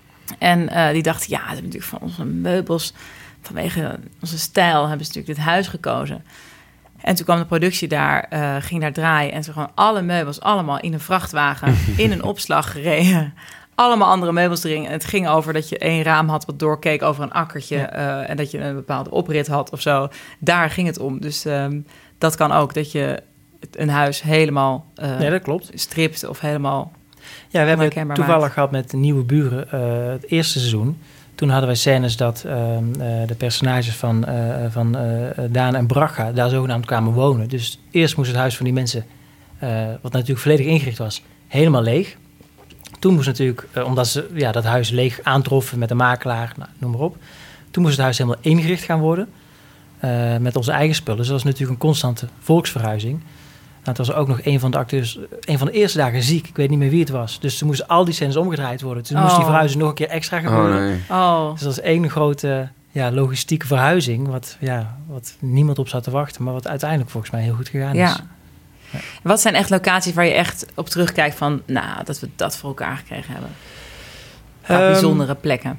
En uh, die dachten, ja, dat hebben natuurlijk van onze meubels. Vanwege onze stijl hebben ze natuurlijk dit huis gekozen. En toen kwam de productie daar, uh, ging daar draaien. En ze gewoon alle meubels allemaal in een vrachtwagen in een opslag gereden. Allemaal andere meubels erin. En het ging over dat je één raam had wat doorkeek over een akkertje. Ja. Uh, en dat je een bepaalde oprit had of zo. Daar ging het om. Dus um, dat kan ook, dat je een huis helemaal uh, nee, dat klopt. stript of helemaal Ja, we hebben het toevallig maakt. gehad met Nieuwe Buren, uh, het eerste seizoen. Toen hadden wij scènes dat uh, uh, de personages van, uh, van uh, Daan en Braga daar zogenaamd kwamen wonen. Dus eerst moest het huis van die mensen, uh, wat natuurlijk volledig ingericht was, helemaal leeg. Toen moest natuurlijk, uh, omdat ze ja, dat huis leeg aantroffen met een makelaar, nou, noem maar op. Toen moest het huis helemaal ingericht gaan worden uh, met onze eigen spullen. Dus dat was natuurlijk een constante volksverhuizing. Nou, het was ook nog een van de acteurs, een van de eerste dagen ziek. Ik weet niet meer wie het was. Dus toen moesten al die scènes omgedraaid worden. Toen moest oh. die verhuizing nog een keer extra gebeuren. Oh, nee. Oh. Dus dat is één grote ja, logistieke verhuizing. Wat, ja, wat niemand op zat te wachten. Maar wat uiteindelijk volgens mij heel goed gegaan Ja. is. Ja. Wat zijn echt locaties waar je echt op terugkijkt van, nou, dat we dat voor elkaar gekregen hebben? Qua um, bijzondere plekken.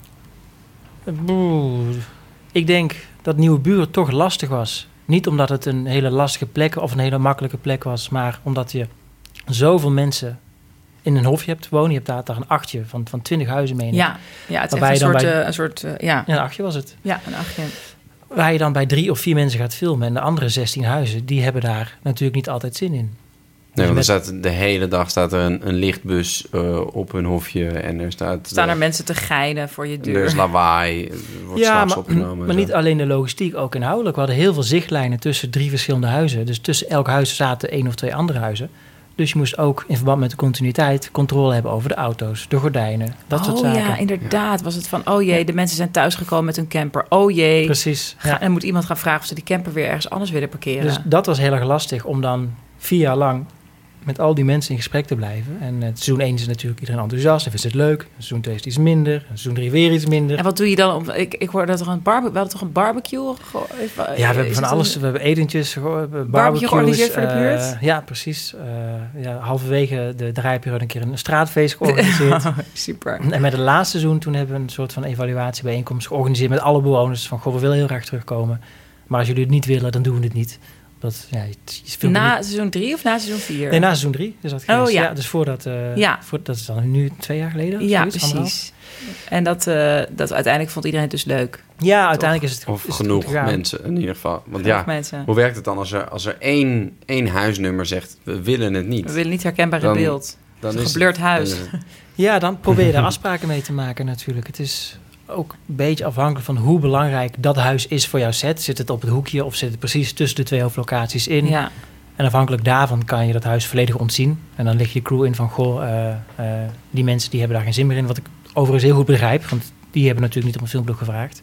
Boe, ik denk dat Nieuwe Buren toch lastig was. Niet omdat het een hele lastige plek of een hele makkelijke plek was, maar omdat je zoveel mensen in een hofje hebt wonen. Je hebt daar, daar een achtje van, van twintig huizen mee. Ja, ja, het is echt een soort, bij, uh, een soort, uh, ja. ja. Een achtje was het. Ja, een achtje. Waar je dan bij drie of vier mensen gaat filmen. En de andere zestien huizen, die hebben daar natuurlijk niet altijd zin in. Nee, want er staat, de hele dag staat er een, een lichtbus uh, op hun hofje. En er staat... Staan er uh, mensen te geinen voor je deur. Er is lawaai, er wordt ja, s'nachts maar, opgenomen. maar niet alleen de logistiek, ook inhoudelijk. We hadden heel veel zichtlijnen tussen drie verschillende huizen. Dus tussen elk huis zaten één of twee andere huizen. Dus je moest ook in verband met de continuïteit controle hebben over de auto's, de gordijnen, dat oh, soort zaken. Ja, inderdaad. Was het van, oh jee, ja. de mensen zijn thuisgekomen met hun camper. Oh jee. Precies. Ga, ja. En moet iemand gaan vragen of ze die camper weer ergens anders willen parkeren. Dus dat was heel erg lastig om dan vier jaar lang met al die mensen in gesprek te blijven. En uh, seizoen één is natuurlijk iedereen enthousiast en vindt het leuk. Seizoen twee is iets minder. Seizoen drie weer iets minder. En wat doe je dan? Om, ik, ik hoorde dat er een barbecue... We hadden toch een barbecue? Go- ja, we hebben van alles. Een... We hebben etentjes, barbecues. Barbecue georganiseerd voor de buurt? Uh, ja, precies. Uh, ja, halverwege de draaiperiode een keer een straatfeest georganiseerd. Oh, super. En met het laatste seizoen toen hebben we een soort van evaluatiebijeenkomst georganiseerd met alle bewoners. Van, goh, we willen heel graag terugkomen. Maar als jullie het niet willen, dan doen we het niet. Dat, ja, je na niet... seizoen drie of na seizoen vier? Nee, na seizoen drie. Dus dat oh, ja. ja. Dus voordat... Uh, ja. Voor, dat is dan nu twee jaar geleden? Ja, zoiets, precies. anderhalf. En dat, uh, dat uiteindelijk vond iedereen het dus leuk. Ja, uiteindelijk is het Of is genoeg het mensen in ieder geval. Want genoeg ja, mensen. Hoe werkt het dan als er, als er één, één huisnummer zegt, we willen het niet? We willen niet herkenbaar in dan, beeld. Dan is een geblurred huis. Uh, ja, dan probeer je daar afspraken mee te maken natuurlijk. Het is ook een beetje afhankelijk van hoe belangrijk dat huis is voor jouw set. Zit het op het hoekje of zit het precies tussen de twee hoofdlocaties in? Ja. En afhankelijk daarvan kan je dat huis volledig ontzien. En dan lig je crew in van, goh, uh, uh, die mensen die hebben daar geen zin meer in. Wat ik overigens heel goed begrijp, want die hebben natuurlijk niet op een filmploeg gevraagd.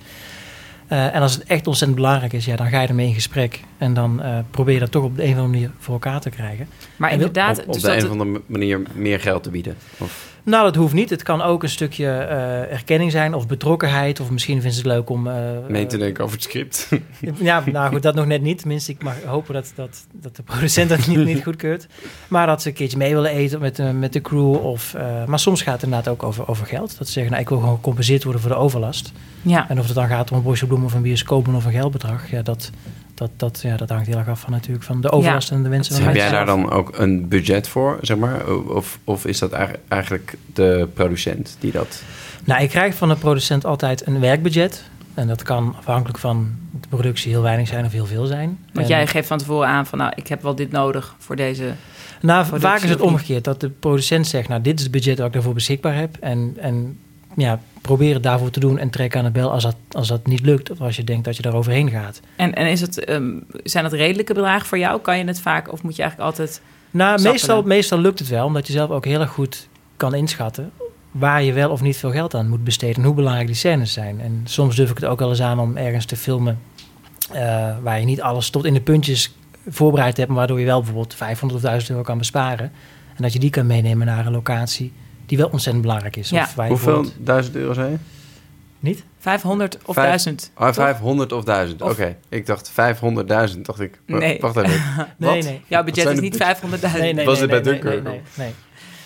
Uh, en als het echt ontzettend belangrijk is, ja, dan ga je ermee in gesprek. En dan uh, probeer je dat toch op de een of andere manier voor elkaar te krijgen. Maar en inderdaad... Op, op dus de dat een of andere manier meer geld te bieden. Of... Nou, dat hoeft niet. Het kan ook een stukje uh, erkenning zijn of betrokkenheid. Of misschien vinden ze het leuk om... Uh, mee te denken over het script. Ja, nou goed, dat nog net niet. Tenminste, ik mag hopen dat, dat, dat de producent dat niet, niet goedkeurt. Maar dat ze een keertje mee willen eten met, uh, met de crew. Of, uh, maar soms gaat het inderdaad ook over, over geld. Dat ze zeggen, nou, ik wil gewoon gecompenseerd worden voor de overlast. Ja. En of het dan gaat om een bosje bloemen of een bioscoop of een geldbedrag. Ja, dat... Dat, dat, ja, dat hangt heel erg af van natuurlijk van de overlast ja, en de wensen van Heb mensen. jij daar dan ook een budget voor, zeg maar? Of, of is dat eigenlijk de producent die dat... Nou, ik krijg van de producent altijd een werkbudget. En dat kan afhankelijk van de productie heel weinig zijn of heel veel zijn. Want en, jij geeft van tevoren aan van, nou, ik heb wel dit nodig voor deze... Nou, vaak is het omgekeerd. Dat de producent zegt, nou, dit is het budget dat ik daarvoor beschikbaar heb. En... en ja, probeer het daarvoor te doen en trek aan de bel als dat, als dat niet lukt. Of als je denkt dat je daar overheen gaat. En, en is het, um, zijn dat redelijke bedragen voor jou? Kan je het vaak of moet je eigenlijk altijd... Nou, meestal, meestal lukt het wel. Omdat je zelf ook heel erg goed kan inschatten... waar je wel of niet veel geld aan moet besteden. En hoe belangrijk die scènes zijn. En soms durf ik het ook wel eens aan om ergens te filmen... Uh, waar je niet alles tot in de puntjes voorbereid hebt... maar waardoor je wel bijvoorbeeld vijfhonderd of duizend euro kan besparen. En dat je die kan meenemen naar een locatie... die wel ontzettend belangrijk is. Ja. Of waar je Hoeveel duizend euro zei je? Niet? vijfhonderd of Vijf, duizend. Oh, vijfhonderd of duizend. Oké, okay. Ik dacht vijfhonderdduizend. Dacht ik, nee. Wacht even. nee, nee. Jouw budget is niet vijfhonderdduizend. Nee, nee, Was nee, het nee, bij nee, Dunkirk? nee, nee, nee.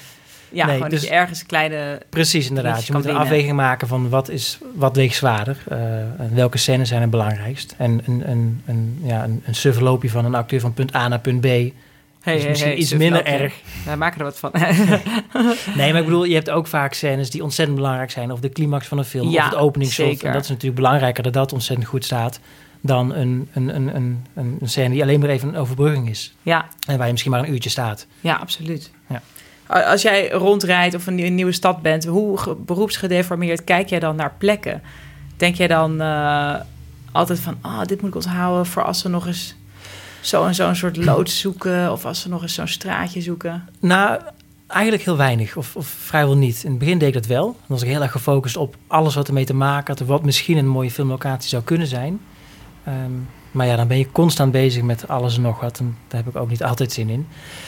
Ja, nee, gewoon dus, dat je ergens kleine... Precies, inderdaad. Je moet een winnen. afweging maken van wat, is, wat weegt zwaarder. Uh, welke scènes zijn het belangrijkst. En een, een, een, ja, een, een sufferloopje van een acteur van punt A naar punt B... Hey, is hey, misschien hey, iets minder erg. Wij maken er wat van. Nee, maar ik bedoel, je hebt ook vaak scènes die ontzettend belangrijk zijn. Of de climax van een film, ja, of het openingsshot. zeker. En dat is natuurlijk belangrijker dat dat ontzettend goed staat... dan een, een, een, een, een scène die alleen maar even een overbrugging is. Ja. En waar je misschien maar een uurtje staat. Ja, absoluut. Ja. Als jij rondrijdt of een nieuwe stad bent... hoe ge- beroepsgedeformeerd kijk jij dan naar plekken? Denk jij dan uh, altijd van... ah, oh, dit moet ik onthouden voor als we nog eens... zo en zo'n soort loods zoeken... of als we nog eens zo'n straatje zoeken? Nou, eigenlijk heel weinig. Of, of vrijwel niet. In het begin deed ik dat wel. Dan was ik heel erg gefocust op alles wat ermee te maken had... wat misschien een mooie filmlocatie zou kunnen zijn. Um, maar ja, dan ben je constant bezig met alles en nog wat. En daar heb ik ook niet altijd zin in.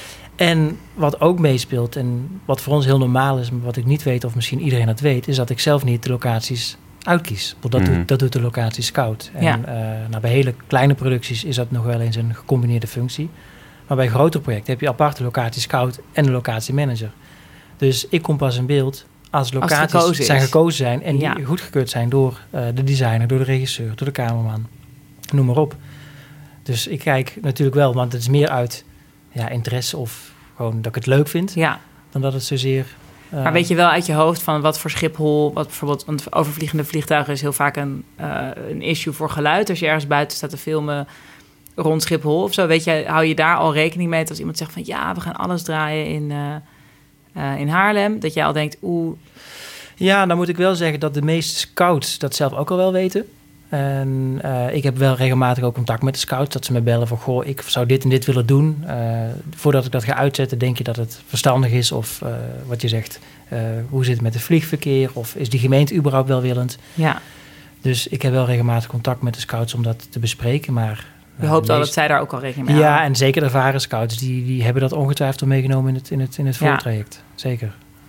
En wat ook meespeelt... en wat voor ons heel normaal is... maar wat ik niet weet of misschien iedereen het weet... is dat ik zelf niet de locaties uitkies. Dat, mm-hmm. doet, dat doet de locatie scout. En ja. uh, nou, bij hele kleine producties is dat nog wel eens een gecombineerde functie. Maar bij grotere projecten heb je aparte locatie scout en een locatiemanager. Dus ik kom pas in beeld als locaties als gekozen zijn gekozen zijn... en ja. die goedgekeurd zijn door uh, de designer, door de regisseur, door de cameraman. Noem maar op. Dus ik kijk natuurlijk wel, want het is meer uit ja, interesse of gewoon dat ik het leuk vind... Ja. dan dat het zozeer... Uh, maar weet je wel uit je hoofd van wat voor Schiphol... wat bijvoorbeeld, want overvliegende vliegtuigen is heel vaak een, uh, een issue voor geluid. Als je ergens buiten staat te filmen rond Schiphol of zo, weet je, hou je daar al rekening mee als iemand zegt van ja, we gaan alles draaien in, uh, uh, in Haarlem, dat jij al denkt oeh. Ja, dan moet ik wel zeggen dat de meeste scouts dat zelf ook al wel weten. En uh, ik heb wel regelmatig ook contact met de scouts, dat ze me bellen van goh, ik zou dit en dit willen doen. Uh, voordat ik dat ga uitzetten, denk je dat het verstandig is of uh, wat je zegt, uh, hoe zit het met het vliegverkeer of is die gemeente überhaupt welwillend? Ja. Dus ik heb wel regelmatig contact met de scouts om dat te bespreken, maar... Je hoopt al dat zij daar ook al rekening mee houden. Ja, en zeker de ervaren scouts, die, die hebben dat ongetwijfeld al meegenomen in het, in het, in het voortraject. Ja. Zeker.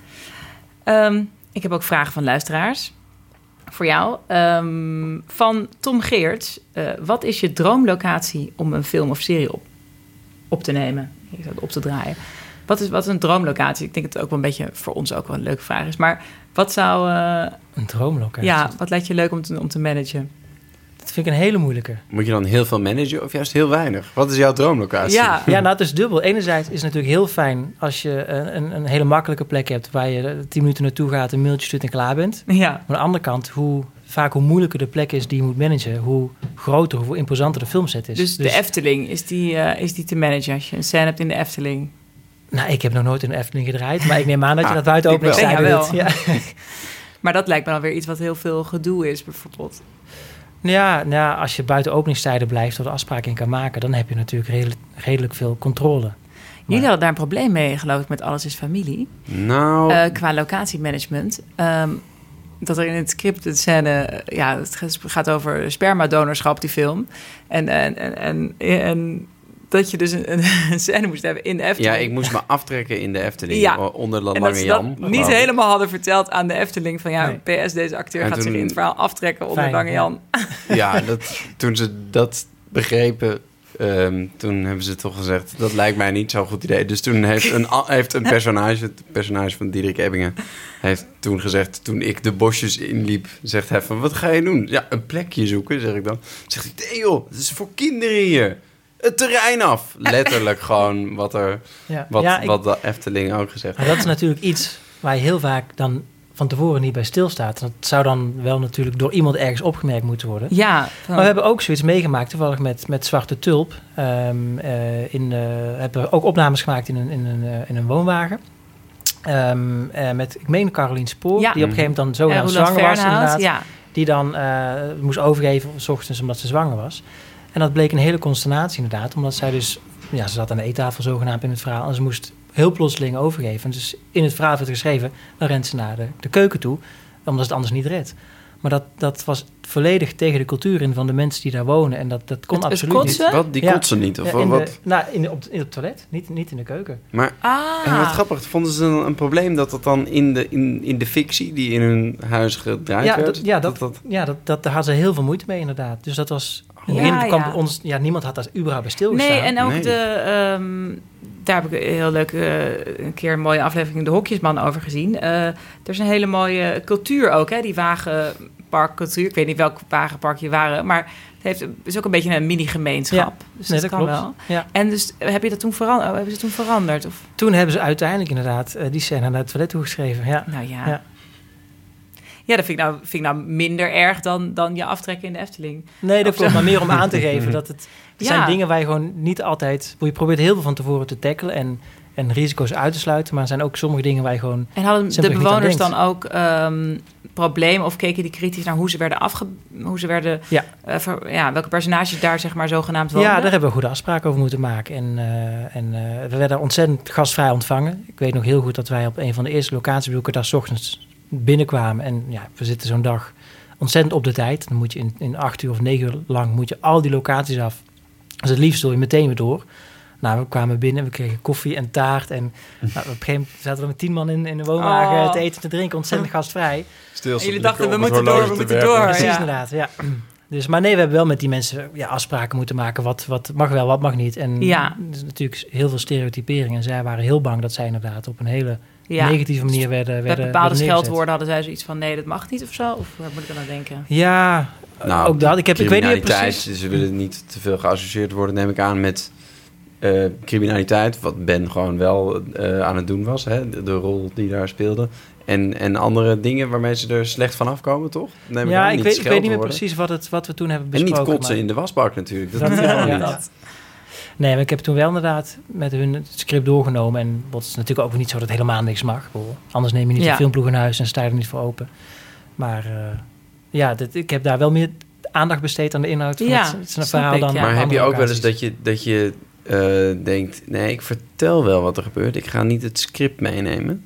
Um, ik heb ook vragen van luisteraars voor jou. Um, van Tom Geerts. Uh, wat is je droomlocatie om een film of serie op, op te nemen? Op te draaien. Wat is, wat is een droomlocatie? Ik denk dat het ook wel een beetje voor ons ook wel een leuke vraag is. Maar wat zou... Uh, een droomlocatie? Ja, wat lijkt je leuk om te, om te managen? Dat vind ik een hele moeilijke. Moet je dan heel veel managen of juist heel weinig? Wat is jouw droomlocatie? Ja, ja nou, het is dubbel. Enerzijds is het natuurlijk heel fijn als je een, een hele makkelijke plek hebt... waar je tien minuten naartoe gaat, een mailtje stuurt en klaar bent. Ja. Maar aan de andere kant, hoe, vaak hoe moeilijker de plek is die je moet managen... hoe groter, hoe imposanter de filmset is. Dus, dus de Efteling, is die, uh, is die te managen als je een scène hebt in de Efteling? Nou, ik heb nog nooit in de Efteling gedraaid... maar ik neem aan dat je ah, dat buiten ook met ja, wel. Ja. Maar dat lijkt me dan weer iets wat heel veel gedoe is, bijvoorbeeld. Ja, nou, als je buiten openingstijden blijft... of de afspraken in kan maken... dan heb je natuurlijk redelijk, redelijk veel controle. Maar... Jullie hadden daar een probleem mee, geloof ik, met Alles is Familie. Nou... Uh, qua locatiemanagement. Um, dat er in het script een scène... Ja, het gaat over spermadonorschap, die film. En, en, en, en, en dat je dus een, een, een scène moest hebben in de Efteling. Ja, ik moest me aftrekken in de Efteling. Ja. Onder de en Lange dat ze Jan. dat niet Wow. helemaal hadden verteld aan de Efteling. Van ja, Nee. P S, deze acteur En gaat toen- zich in het verhaal aftrekken onder Fijn, Lange ja. Jan. Ja, dat, toen ze dat begrepen, um, toen hebben ze toch gezegd, dat lijkt mij niet zo'n goed idee. Dus toen heeft een, a- heeft een personage, het personage van Diederik Ebbingen, heeft toen gezegd, toen ik de bosjes inliep, zegt hij van, wat ga je doen? Ja, een plekje zoeken, zeg ik dan. Zegt hij, nee joh, het is voor kinderen hier. Het terrein af. Letterlijk gewoon wat er, Ja, wat, ja, ik- wat de Efteling ook gezegd maar dat is natuurlijk iets waar je heel vaak dan van tevoren niet bij stilstaat. Dat zou dan wel natuurlijk door iemand ergens opgemerkt moeten worden. Ja. Maar we hebben ook zoiets meegemaakt, toevallig met, met Zwarte Tulp. Um, uh, in, uh, hebben we ook opnames gemaakt in een, in een, uh, in een woonwagen. Um, uh, met, ik meen Carolien Spoor, Ja. die op een gegeven moment dan zo En aan Roland zwanger was Fernhout, inderdaad. ja. Die dan uh, moest overgeven 's ochtends omdat ze zwanger was. En dat bleek een hele consternatie inderdaad. Omdat zij dus, ja, ze zat aan de eettafel zogenaamd in het verhaal. En ze moest heel plotseling overgeven. En dus in het verhaal werd geschreven, dan rent ze naar de, de keuken toe. Omdat ze het anders niet redt. Maar dat, dat was volledig tegen de cultuur in van de mensen die daar wonen. En dat, dat kon Het- het absoluut kotsen? niet. Wat? Die Ja. kotsen niet? Of Ja, in, wat? de, nou, in, de, op, in het toilet, niet, niet in de keuken. Maar Ah. en wat grappig, vonden ze een, een probleem dat dat dan in de, in, in de fictie die in hun huis gedraaid Ja, werd? dat, ja, dat, dat, ja dat, dat, daar hadden ze heel veel moeite mee inderdaad. Dus dat was... In het Ja, begin kwam ja. ons... Ja, niemand had daar überhaupt bij stilgestaan. Nee, en ook Nee. de... ehm, daar heb ik een heel leuk uh, een keer een mooie aflevering De Hokjesman over gezien. Uh, er is een hele mooie cultuur ook, hè? Die wagenparkcultuur. Ik weet niet welk wagenpark je waren, maar het heeft, het is ook een beetje een mini-gemeenschap. Ja. Dus Nee, dat, dat kan klopt. wel. Ja. En dus heb je dat toen veranderd? Hebben ze toen veranderd? Of? Toen hebben ze uiteindelijk inderdaad uh, die scène naar het toilet toegeschreven. Ja. Nou ja. Ja. Ja, dat vind ik nou, vind ik nou minder erg dan, dan je aftrekken in de Efteling. Nee, dat Of klopt. zo. Maar meer om aan te geven dat het... Er Ja. zijn dingen waar je gewoon niet altijd... Je probeert heel veel van tevoren te tackelen en, en risico's uit te sluiten. Maar er zijn ook sommige dingen waar je gewoon... En hadden de simpelweg niet aan bewoners denkt. dan ook um, problemen of keken die kritisch naar hoe ze werden afge... hoe ze werden... Ja. Uh, ver, ja, welke personages daar zeg maar zogenaamd woonden? Ja, daar hebben we goede afspraken over moeten maken. En, uh, en uh, we werden ontzettend gastvrij ontvangen. Ik weet nog heel goed dat wij op een van de eerste locatiebezoeken daar 's ochtends binnenkwamen. En ja, we zitten zo'n dag ontzettend op de tijd. Dan moet je in, in acht uur of negen uur lang moet je al die locaties af. Dus het liefst doe je meteen weer door. Nou, we kwamen binnen, we kregen koffie en taart. En nou, op een gegeven moment zaten we met tien man in, in de woonwagen Oh. te eten en te drinken. Ontzettend gastvrij. Stil, En jullie dachten, we moeten door, we moeten door. Precies, ja. inderdaad. Ja. Dus, maar nee, we hebben wel met die mensen ja, afspraken moeten maken. Wat, wat mag wel, wat mag niet. En Ja. er is natuurlijk heel veel stereotypering. En zij waren heel bang dat zij inderdaad op een hele Ja. negatieve manier werden, Met werden bepaalde werden neergezet. scheldwoorden hadden zij zoiets van... nee, dat mag niet of zo? Of waar moet ik dan aan denken? Ja, Nou, ook dat. Ik, heb, ik weet niet meer criminaliteit, precies. Ze willen niet te veel geassocieerd worden, neem ik aan, met uh, criminaliteit. Wat Ben gewoon wel uh, aan het doen was, hè? De, de rol die daar speelde. En, en andere dingen waarmee ze er slecht van afkomen, toch? Neem Ja, aan, ik niet weet, ik weet niet meer scheldwoorden. precies wat, het, wat we toen hebben En besproken. niet kotsen maar- in de wasbak natuurlijk. Dat, Dat- doe je gewoon ja, niet. dat- Nee, maar ik heb toen wel inderdaad met hun het script doorgenomen. En het is natuurlijk ook niet zo dat helemaal niks mag. Ik bedoel, anders neem je niet Ja. een filmploeg in huis en sta je er niet voor open. Maar uh, ja, dit, ik heb daar wel meer aandacht besteed aan de inhoud van Ja, het, het snap verhaal ik, dan ja. Maar aan heb je andere ook wel eens locaties. dat je, dat je uh, denkt... nee, ik vertel wel wat er gebeurt. Ik ga niet het script meenemen.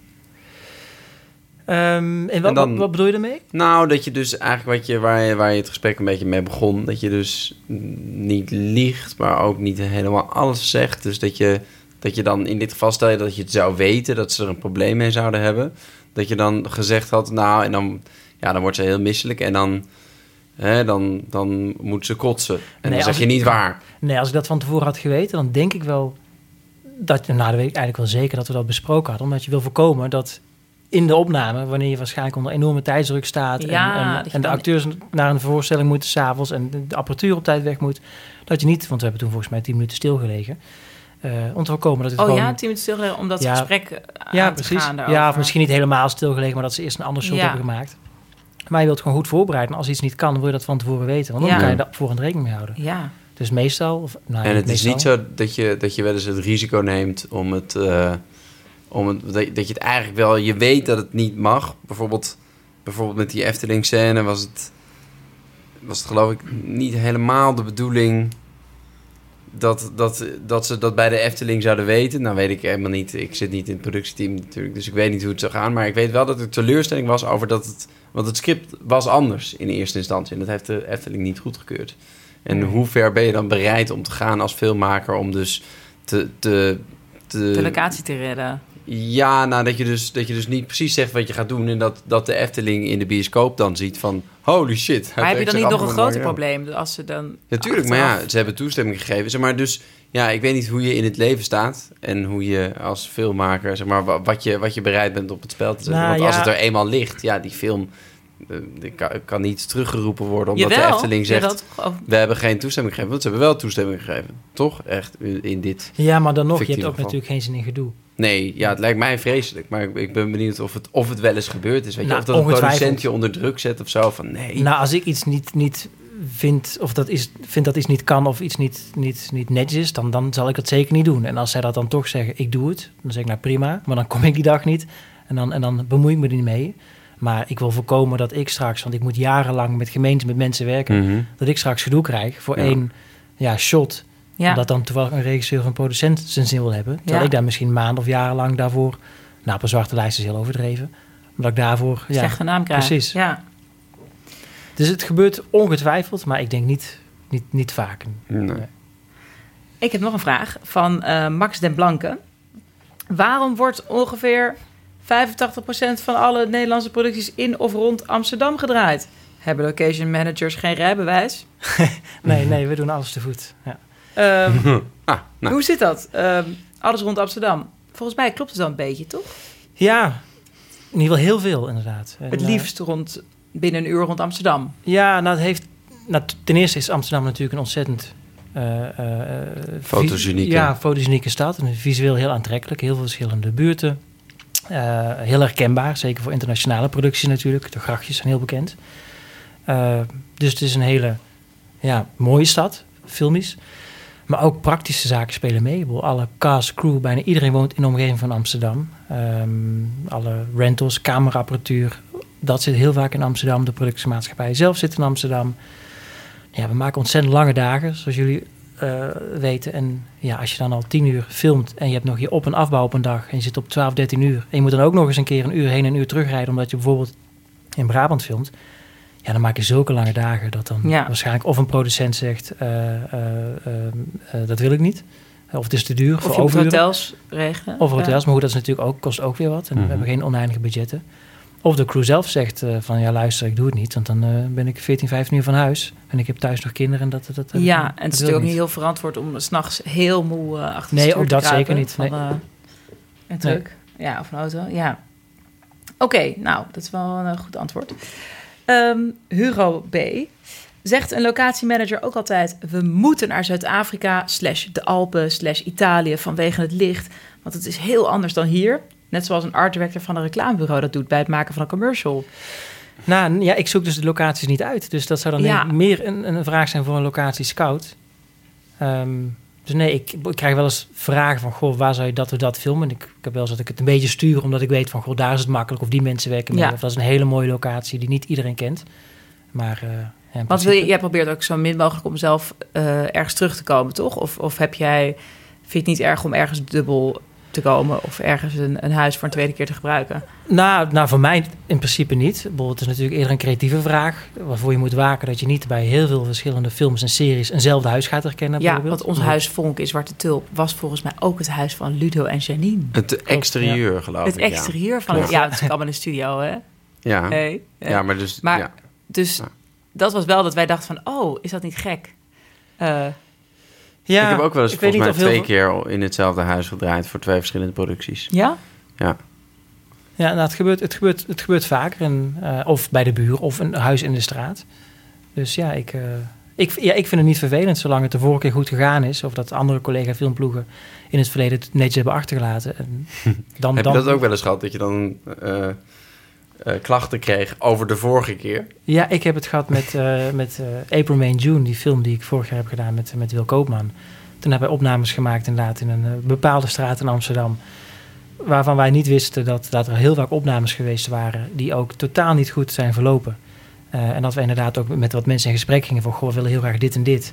Um, en wat, En dan- wat, wat bedoel je ermee? Nou, dat je dus eigenlijk wat je, waar, je, waar je het gesprek een beetje mee begon... dat je dus niet liegt, maar ook niet helemaal alles zegt. Dus dat je, dat je dan in dit geval, stel je dat je het zou weten... dat ze er een probleem mee zouden hebben... dat je dan gezegd had, nou, en dan, ja, dan wordt ze heel misselijk... en dan, hè, dan, dan moet ze kotsen. En Nee, dan zeg als je ik- niet waar. Nee, als ik dat van tevoren had geweten, dan denk ik wel... dat, nou, dan weet ik eigenlijk wel zeker dat we dat besproken hadden. Omdat je wil voorkomen dat in de opname... wanneer je waarschijnlijk onder enorme tijdsdruk staat... Ja, en, dat en, je en de dan- acteurs naar een voorstelling moeten s'avonds... en de apparatuur op tijd weg moet... dat je niet, want we hebben toen volgens mij tien minuten stilgelegen... Uh, om te voorkomen dat het Oh gewoon... ja, tien minuten stilgelegen om dat Ja. gesprek uh, Ja, aan te precies. gaan daarover. Ja, of misschien niet helemaal stilgelegen... maar dat ze eerst een ander shot Ja. hebben gemaakt. Maar je wilt gewoon goed voorbereiden. En als iets niet kan, dan wil je dat van tevoren weten. Want dan Ja. kan je daar voor een rekening mee houden. Ja. Dus meestal... Of, nou, En het is meestal, niet zo dat je, dat je wel eens het risico neemt om het... Uh, om het dat, je- dat je het eigenlijk wel... Je weet dat het niet mag. Bijvoorbeeld, bijvoorbeeld met die Efteling-scène was het... was het geloof ik niet helemaal de bedoeling... Dat, dat, dat ze dat bij de Efteling zouden weten. Nou weet ik helemaal niet. Ik zit niet in het productieteam natuurlijk. Dus ik weet niet hoe het zou gaan. Maar ik weet wel dat er teleurstelling was over dat het... Want het script was anders in eerste instantie. En dat heeft de Efteling niet goedgekeurd. En Hmm. hoe ver ben je dan bereid om te gaan als filmmaker... om dus te... te, te De locatie te redden. Ja, nou, dat je, dus, dat je dus niet precies zegt wat je gaat doen... en dat, dat de Efteling in de bioscoop dan ziet van... holy shit. Maar heb je dan niet nog een groter ja. probleem? Als ze dan Natuurlijk, maar ja, achteraf- ze hebben toestemming gegeven. Zeg maar, dus ja, ik weet niet hoe je in het leven staat... en hoe je als filmmaker, zeg maar, wa- wat je, wat je bereid bent op het spel te zetten. Nou, Want als ja. het er eenmaal ligt, ja, die film... eh, die kan, kan niet teruggeroepen worden... omdat Jawel, de Efteling zegt... jawel, toch? Oh, we hebben geen toestemming gegeven. Want ze hebben wel toestemming gegeven. Toch? Echt, in, in dit... Ja, maar dan nog, je Fictieve hebt ook geval. natuurlijk geen zin in gedoe. Nee, ja, het lijkt mij vreselijk. Maar ik, ik ben benieuwd of het, of het wel eens gebeurd is. Weet je? Nou, Of dat een ongetwijfeld. producent je onder druk zet of zo. Van nee. Nou, als ik iets niet, niet vind, of dat is, vind dat iets niet kan of iets niet, niet, niet netjes is, dan, dan zal ik dat zeker niet doen. En als zij dat dan toch zeggen, ik doe het, dan zeg ik nou prima, maar dan kom ik die dag niet en dan, en dan bemoei ik me er niet mee. Maar ik wil voorkomen dat ik straks, want ik moet jarenlang met gemeenten, met mensen werken, Mhm. dat ik straks gedoe krijg voor Ja. één ja, shot. ja. Omdat dan toevallig een regisseur of een producent zijn zin wil hebben. Terwijl Ja. ik daar misschien maanden of jarenlang daarvoor, nou op een zwarte lijst is heel overdreven, maar dat ik daarvoor... Ja, Slechte naam krijgen. precies. Ja. dus het gebeurt ongetwijfeld, maar ik denk niet, niet, niet vaak. Nee. Ik heb nog een vraag van eh, Max den Blanke. Waarom wordt ongeveer vijfentachtig procent van alle Nederlandse producties in of rond Amsterdam gedraaid? Hebben location managers geen rijbewijs? Nee, nee, we doen alles te voet. Ja. Ehm, Ah, nou. Hoe zit dat? Ehm, alles rond Amsterdam. Volgens mij klopt het wel een beetje, toch? ja, in ieder geval heel veel inderdaad. En, Het eh, liefst rond, binnen een uur rond Amsterdam. ja, nou, het heeft, nou, t- ten eerste is Amsterdam natuurlijk een ontzettend... eh, eh, eh, Fotogenieke. Ja, fotogenieke stad. En visueel heel aantrekkelijk. Heel veel verschillende buurten. Eh, heel herkenbaar, zeker voor internationale producties natuurlijk. De grachtjes zijn heel bekend. Eh, dus het is een hele ja, mooie stad, filmisch. Maar ook praktische zaken spelen mee. Ik bedoel, alle cast, crew, bijna iedereen woont in de omgeving van Amsterdam. Ehm, alle rentals, cameraapparatuur, dat zit heel vaak in Amsterdam. De productiemaatschappij zelf zit in Amsterdam. Ja, we maken ontzettend lange dagen, zoals jullie eh, weten. En ja, als je dan al tien uur filmt en je hebt nog je op- en afbouw op een dag... en je zit op twaalf, dertien uur... en je moet dan ook nog eens een keer een uur heen en een uur terugrijden... omdat je bijvoorbeeld in Brabant filmt... ja, dan maak je zulke lange dagen dat dan Ja. waarschijnlijk of een producent zegt... eh, eh, eh, eh, dat wil ik niet. Of het is te duur Of voor je moet overuren. hotels regelen. Of hotels, Ja. maar goed, dat is natuurlijk ook, kost ook weer wat. En Mhm. we hebben geen oneindige budgetten. Of de crew zelf zegt eh, van ja, luister, ik doe het niet. Want dan eh, ben ik veertien, vijftien uur van huis. En ik heb thuis nog kinderen. En dat, dat, dat, Ja, dat en het is wil natuurlijk ik ook niet heel verantwoord om s'nachts heel moe uh, achter de Nee, stuur ook te dat kruipen zeker niet, Van, nee. uh, een truck. Ja, of een auto. Ja. Oké, okay, nou, dat is wel een uh, goed antwoord. Um, Hugo B. zegt een locatiemanager ook altijd... we moeten naar Zuid-Afrika, slash de Alpen, slash Italië... vanwege het licht, want het is heel anders dan hier. Net zoals een art director van een reclamebureau dat doet... bij het maken van een commercial. Nou ja, ik zoek dus de locaties niet uit. Dus dat zou dan Ja. denk ik meer een, een vraag zijn voor een locatiescout. Um, dus nee, ik, ik krijg wel eens vragen van... goh, waar zou je dat of dat filmen? En ik, ik heb wel eens dat ik het een beetje stuur... omdat ik weet van, goh, daar is het makkelijk... of die mensen werken mee. Ja. Of dat is een hele mooie locatie die niet iedereen kent. Maar... Uh, ja, Want wil je, jij probeert ook zo min mogelijk om zelf uh, ergens terug te komen, toch? Of, of heb jij, vind je het niet erg om ergens dubbel te komen... of ergens een, een huis voor een tweede keer te gebruiken? Nou, nou, voor mij in principe niet. Bijvoorbeeld, het is natuurlijk eerder een creatieve vraag... waarvoor je moet waken dat je niet bij heel veel verschillende films en series... eenzelfde huis gaat herkennen. Ja, want ons huis Vonk in Zwarte Tulp... was volgens mij ook het huis van Ludo en Janine. Het exterieur, ja. geloof het ik. Het exterieur ja. van het... Ja, het is natuurlijk allemaal in de studio, hè? Ja, hey, ja maar dus... Maar, ja. dus ja. dat was wel dat wij dachten van... oh, is dat niet gek? Uh, ja, ik heb ook wel eens volgens mij twee veel... keer in hetzelfde huis gedraaid... voor twee verschillende producties. Ja? Ja. Ja, nou, het, gebeurt, het, gebeurt, het gebeurt vaker. En, uh, of bij de buur, of een huis in de straat. Dus ja ik, uh, ik, ja, ik vind het niet vervelend... zolang het de vorige keer goed gegaan is... of dat andere collega-filmploegen in het verleden het netjes hebben achtergelaten. En dan, heb dan... je dat ook wel eens gehad? Dat je dan uh, uh, klachten kreeg over de vorige keer? Ja, ik heb het gehad met, uh, met uh, April, May, June... die film die ik vorig jaar heb gedaan met, met Wil Koopman. Toen hebben we opnames gemaakt inderdaad in een uh, bepaalde straat in Amsterdam... waarvan wij niet wisten dat, dat er heel vaak opnames geweest waren... die ook totaal niet goed zijn verlopen. Uh, en dat we inderdaad ook met wat mensen in gesprek gingen... van, goh, we willen heel graag dit en dit.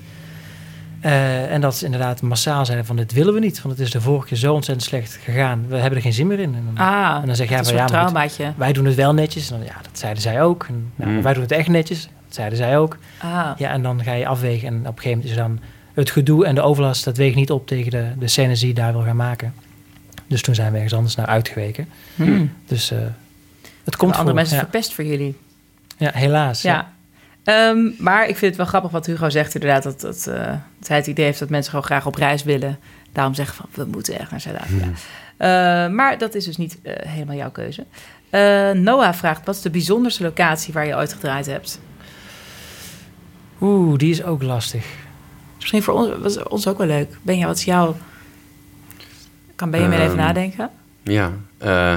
Uh, en dat ze inderdaad massaal zeiden van, dit willen we niet. Want het is de vorige keer zo ontzettend slecht gegaan. We hebben er geen zin meer in. En dan, ah, en dan zeg jij een van, soort ja, maar traumaatje. wij doen het wel netjes. En dan, ja, dat zeiden zij ook. En, nou, mm. Wij doen het echt netjes. Dat zeiden zij ook. Ah. Ja, en dan ga je afwegen. En op een gegeven moment is dan het gedoe en de overlast... dat weegt niet op tegen de, de scènes die je daar wil gaan maken. Dus toen zijn we ergens anders naar uitgeweken. Hmm. Dus uh, het komt andere voor, mensen ja. verpest voor jullie. Ja, helaas. Ja. ja. Um, maar ik vind het wel grappig wat Hugo zegt inderdaad. Dat, dat, uh, dat hij het idee heeft dat mensen gewoon graag op reis willen. Daarom zeggen van, we moeten echt naar Zuid-Afrika. Hmm. Uh, maar dat is dus niet uh, helemaal jouw keuze. Uh, Noah vraagt, wat is de bijzonderste locatie waar je ooit gedraaid hebt? Oeh, die is ook lastig. Misschien voor ons, was ons ook wel leuk. Benja, wat is jouw... Kan Benjamin um, even nadenken? Ja, uh,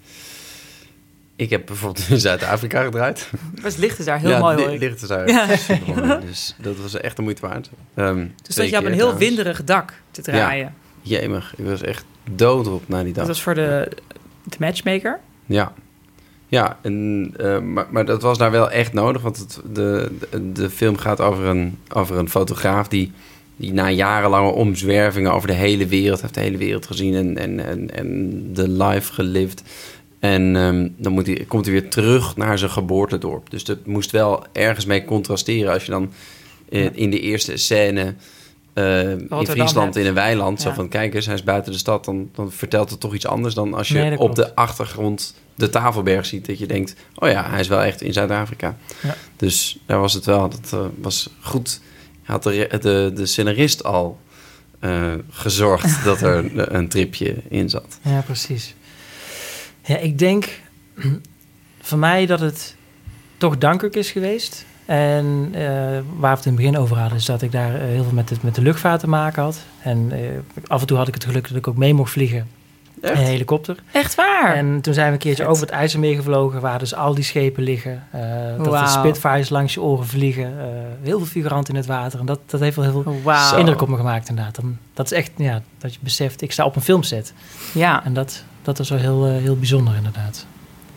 ik heb bijvoorbeeld in Zuid-Afrika gedraaid. Het licht is daar heel ja, mooi li- hoor. licht is daar ja. super mooi. Dus dat was echt de moeite waard. Um, dus dat je op een heel trouwens. winderig dak te draaien. Ja, jemig. Ik was echt doodop na die dag. Dat was voor de, de matchmaker? Ja. Ja, en, uh, maar, maar dat was daar wel echt nodig. Want het, de, de, de film gaat over een, over een fotograaf die... die na jarenlange omzwervingen over de hele wereld... heeft de hele wereld gezien en, en, en, en de life gelived. En um, dan moet hij, komt hij weer terug naar zijn geboortedorp. Dus dat moest wel ergens mee contrasteren. Als je dan in, in de eerste scène... Uh, in Friesland in een weiland... Ja. Zo van, kijk eens, hij is buiten de stad... Dan, dan vertelt het toch iets anders dan als je nee, op klopt. de achtergrond... de Tafelberg ziet, dat je denkt... oh ja, hij is wel echt in Zuid-Afrika. Ja. Dus daar was het wel, dat uh, was goed... had de, de, de scenarist al uh, gezorgd dat er een tripje in zat. Ja, precies. Ja, ik denk voor mij dat het toch Dunkirk is geweest. En uh, waar we het in het begin over hadden... is dat ik daar uh, heel veel met de, met de luchtvaart te maken had. En uh, af en toe had ik het geluk dat ik ook mee mocht vliegen... Echt? Een helikopter. Echt waar? En toen zijn we een keertje Vet. over het IJsselmeer gevlogen... waar dus al die schepen liggen. Uh, dat wow. de Spitfires langs je oren vliegen. Uh, heel veel figuranten in het water. En dat, dat heeft wel heel veel wow. indruk op me gemaakt inderdaad. Dan, dat is echt, ja, dat je beseft... ik sta op een filmset. Ja. En dat, dat is wel heel, uh, heel bijzonder inderdaad.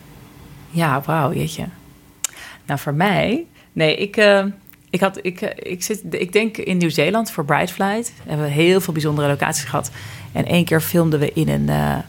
Ja, wauw, jeetje. Nou, voor mij... Nee, ik... Uh... Ik, had, ik, ik, zit, ik denk in Nieuw-Zeeland voor Bright Flight. We hebben heel veel bijzondere locaties gehad. En één keer filmden we in een, uh,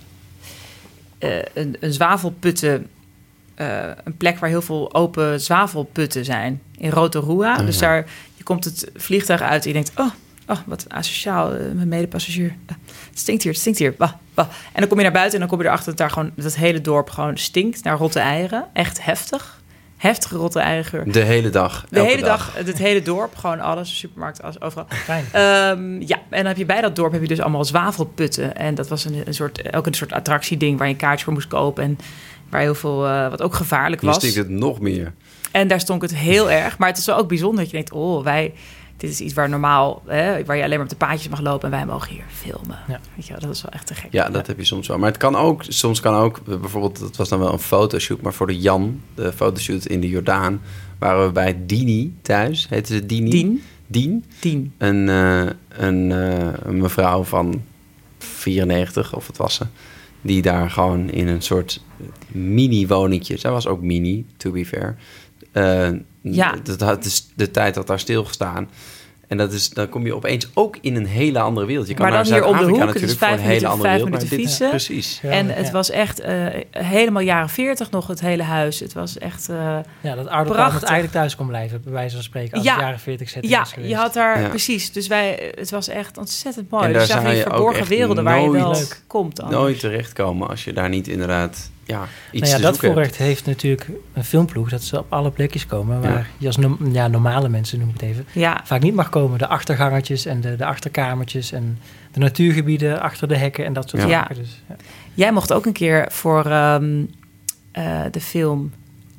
uh, een, een zwavelputten... Uh, een plek waar heel veel open zwavelputten zijn. In Rotorua. Oh, ja. Dus daar, je komt het vliegtuig uit en je denkt... oh, oh wat asociaal, uh, mijn medepassagier. Uh, het stinkt hier, het stinkt hier. Bah, bah. En dan kom je naar buiten en dan kom je erachter... dat daar gewoon dat hele dorp gewoon stinkt naar rotte eieren. Echt heftig. Heftige rotte eigengeur. De hele dag. De hele dag. dag. Het hele dorp. Gewoon alles. Supermarkt, alles, overal. Fijn. Um, ja, en dan heb je bij dat dorp heb je dus allemaal zwavelputten. En dat was een, een soort, ook een soort attractieding waar je een kaartje voor moest kopen. En waar heel veel, uh, wat ook gevaarlijk was. Je stinkt het nog meer. En daar stonk het heel erg. Maar het is wel ook bijzonder dat je denkt, oh, wij... Dit is iets waar normaal, hè, waar je alleen maar op de paadjes mag lopen... en wij mogen hier filmen. Ja. Weet je wel, dat is wel echt te gek. Ja, dat ja. heb je soms wel. Maar het kan ook, soms kan ook... bijvoorbeeld, dat was dan wel een fotoshoot... maar voor de Jan, de fotoshoot in de Jordaan... waren we bij Dini thuis. Heette ze Dini? Dien. Dien. Dien. Een, uh, een, uh, een mevrouw van vierennegentig, of wat was ze... die daar gewoon in een soort mini-woningje... zij was ook mini, to be fair... Uh, ja. Dat had dus de tijd dat daar stilgestaan. En dat is, dan kom je opeens ook in een hele andere wereld. Je kan maar dan hier om de hoek, het is vijf een hele minuten, andere vijf wereld, minuten fietsen. Ja, precies. Ja, en het ja. was echt uh, helemaal jaren veertig nog, het hele huis. Het was echt uh, ja, dat oude paard dat eigenlijk thuis kon blijven, bij wijze van spreken. Als ja. het jaren veertig setting ja, was geweest. Je had daar, ja. precies. Dus wij, het was echt ontzettend mooi. En dus daar zag je verborgen werelden waar je wel leuk. komt. Anders. Nooit terechtkomen als je daar niet inderdaad... Ja, iets nou ja, te dat voorrecht hebt. heeft natuurlijk een filmploeg... dat ze op alle plekjes komen... waar ja. je als no- ja, normale mensen, noem ik het even... Ja. vaak niet mag komen. De achtergangetjes en de, de achterkamertjes... en de natuurgebieden achter de hekken en dat soort ja. zaken. Dus, ja. Jij mocht ook een keer voor um, uh, de film...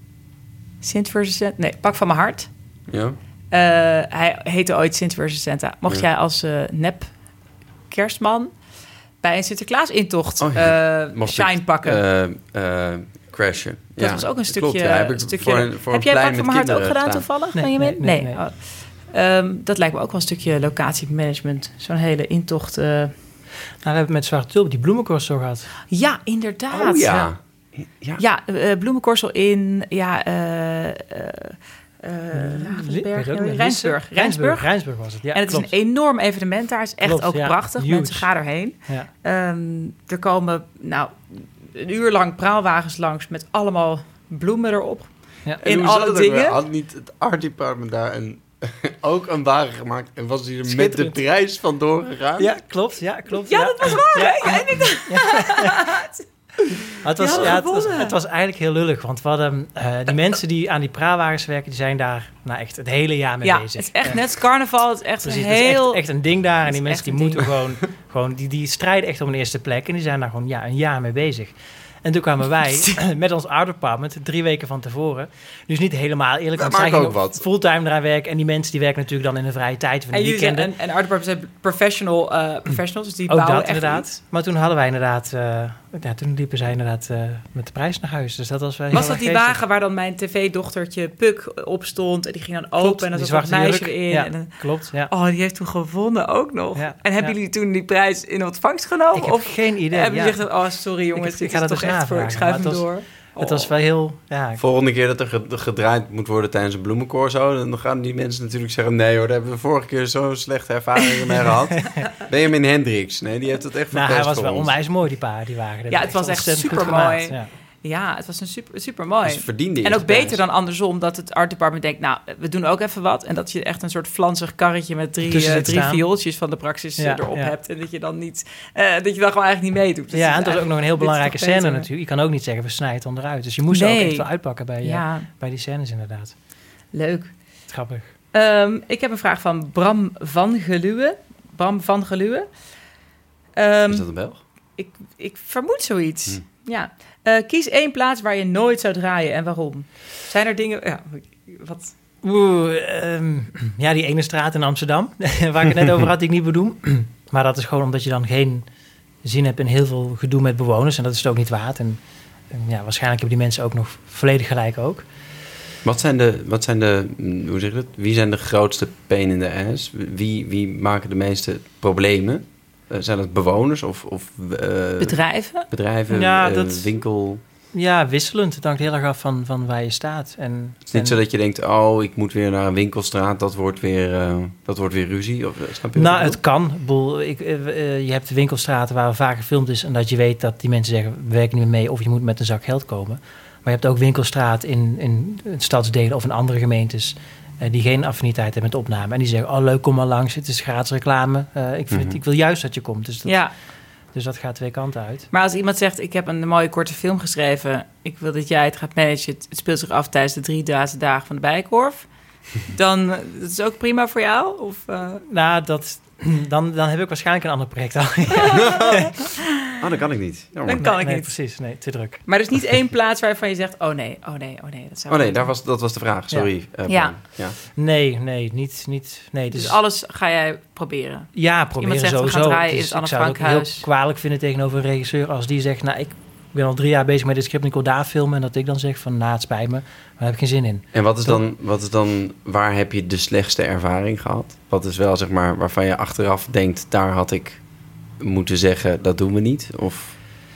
Sint versus Santa... Nee, Pak van mijn hart. Ja. Uh, hij heette ooit Sint versus Santa. Mocht ja. jij als uh, nep kerstman... bij een Sinterklaas-intocht oh, ja. uh, shine ik, pakken. Uh, uh, crashen. Dat ja, was ook een stukje... Klopt, ja. Heb, ik stukje voor een, voor heb een jij Pak van mijn hart ook gedaan staan. toevallig? Nee, nee, nee, nee, nee. nee. Oh. Um, dat lijkt me ook wel een stukje locatiemanagement. Zo'n hele intocht. Uh... Nou, we hebben met Zwarte Tulp die bloemencorso gehad. Ja, inderdaad. Oh ja. Ja, ja uh, bloemencorso in... Ja, uh, uh, Uh, Lagenberg, nee, Rijnsburg. Rijnsburg. Rijnsburg was het, ja. En het klopt. is een enorm evenement daar. Het is echt klopt, ook ja, prachtig. huge. Mensen gaan erheen. Ja. Um, er komen nou, een uur lang praalwagens langs met allemaal bloemen erop. Ja. En in hoe zat alle het ook weer? dingen. Had niet het art department daar een, ook een wagen gemaakt en was hij er met de Schitterend. prijs vandoor gegaan? Ja, klopt. Ja, klopt. Ja, dat was waar, hè? Ja, en ik dacht, Het was, Die ja, hadden het, was, gewonnen. het was eigenlijk heel lullig. Want we hadden, uh, die mensen die aan die praalwagens werken, die zijn daar nou echt het hele jaar mee ja, bezig. het is echt Eh, net als carnaval. Het is echt Precies, een het is heel... echt, echt een ding daar. En het die is mensen die echt een moeten gewoon, gewoon die, die strijden echt om een eerste plek. En die zijn daar gewoon ja, een jaar mee bezig. En toen kwamen wij met ons art department drie weken van tevoren. Dus niet helemaal eerlijk. Wij Want zij maken gingen ook wat. fulltime eraan werken. En die mensen die werken natuurlijk dan in de vrije tijd van de En jullie zijn, weekenden. en, en Art Department zijn professional, uh, professionals, dus die Ook bouwen dat echt inderdaad. iets. Maar toen hadden wij inderdaad... Uh, ja, toen liepen zij inderdaad uh, met de prijs naar huis. Dus dat was wel heel Was dat erg die geestig. wagen waar dan mijn tv-dochtertje Puk op stond? En die ging dan open Klopt, en dan die zat een zwarte meisje jurk. erin. Ja, En dan, klopt, ja. oh, die heeft toen gewonnen ook nog. Ja, En hebben ja. jullie toen die prijs in ontvangst genomen? Ik heb of geen idee. hebben ja. jullie gezegd, oh sorry jongens, Ik- dit ik ga is dat toch eens echt voor, ik navragen, schuif maar hem het was- door. Het Oh. was wel heel... Ja, Volgende keer dat er ge- gedraaid moet worden tijdens een bloemencorso, dan gaan die mensen natuurlijk zeggen, nee hoor, daar hebben we vorige keer zo'n slechte ervaringen mee gehad. Benjamin Hendricks, nee, die heeft het echt nou, verpest hij was voor wel ons. onwijs mooi, die paard, die wagen. Ja, het was echt supermooi. Ja. Ja, het was een super, super mooi. Dus verdiende En eerste ook beter prijs. dan andersom, dat het art department denkt, nou, we doen ook even wat. En dat je echt een soort flansig karretje met drie, Tussen uh, zit drie staan. viooltjes van de praxis uh, Ja, erop ja. hebt. En dat je dan niet, uh, dat je dan gewoon eigenlijk niet meedoet. Dus Ja, het en is het was ook nog een heel dit is belangrijke toch scène beter. natuurlijk. Je kan ook niet zeggen, we snijden het onderuit. Dus je moest er Nee. ook echt wel uitpakken bij, ja. Ja, bij die scènes inderdaad. leuk. Grappig. Um, ik heb een vraag van Bram van Geluwe. Bram van Geluwe. Um, Is dat een Belg? ik, ik vermoed zoiets. Hm. Ja. Uh, kies één plaats waar je nooit zou draaien en waarom. Zijn er dingen... Ja, wat... Oeh, um, ja, die ene straat in Amsterdam, waar ik het net over had, die ik niet bedoel. Maar dat is gewoon omdat je dan geen zin hebt in heel veel gedoe met bewoners. En dat is het ook niet waard. En, en ja, waarschijnlijk hebben die mensen ook nog volledig gelijk ook. Wat zijn de, wat zijn de, hoe zeg je dat? Wie zijn de grootste pain in the ass? Wie, wie maken de meeste problemen? Uh, zijn dat bewoners of, of uh, Bedrijven? bedrijven, Ja, uh, dat- winkel? Ja, wisselend. Het hangt heel erg af van, van waar je staat. En, Het is niet en- zo dat je denkt, oh, ik moet weer naar een winkelstraat, dat wordt weer, uh, dat wordt weer ruzie. Of, uh, snap je wat Nou, ik het bedoel? kan. Ik bedoel, ik, uh, uh, je hebt de winkelstraten waar vaak gefilmd is... en dat je weet dat die mensen zeggen, we werken niet meer mee... of je moet met een zak geld komen. Maar je hebt ook winkelstraat in, in stadsdelen of in andere gemeentes... Uh, die geen affiniteit hebben met opname. En die zeggen, oh leuk, kom maar langs, het is gratis reclame. Uh, ik, vind het, Mhm. ik wil juist dat je komt. Dus dat, Ja, dus dat gaat twee kanten uit. maar als iemand zegt, ik heb een mooie korte film geschreven... ik wil dat jij het gaat managen... het speelt zich af tijdens de drie dagen dagen van de Bijenkorf... dan uh, dat is ook prima voor jou? Of, uh... Nou, dat, dan, dan heb ik waarschijnlijk een ander project al. Oh, dat kan ik niet. Jammer. Dan kan nee, ik nee, niet. Precies, nee, te druk. Maar er is niet één plaats waarvan je zegt... oh nee, oh nee, oh nee, dat zou Oh nee, ik daar niet was, dat was de vraag. Sorry. Uh, Ja. Paul. ja. Nee, nee, niet... niet nee, doen. dus, Dus alles ga jij proberen? ja, proberen iemand zegt, we sowieso. gaan draaien in Dus het Anne ik zou het ook Frank heel huis. kwalijk vinden tegenover een regisseur... als die zegt, nou, ik ben al drie jaar bezig met dit script... en ik wil daar filmen. En dat ik dan zeg van, nou, het spijt me. Maar daar heb ik geen zin in. En wat is, Toch? dan, wat is dan, waar heb je de slechtste ervaring gehad? Wat is wel, zeg maar, waarvan je achteraf denkt, daar had ik moeten zeggen, dat doen we niet? Of...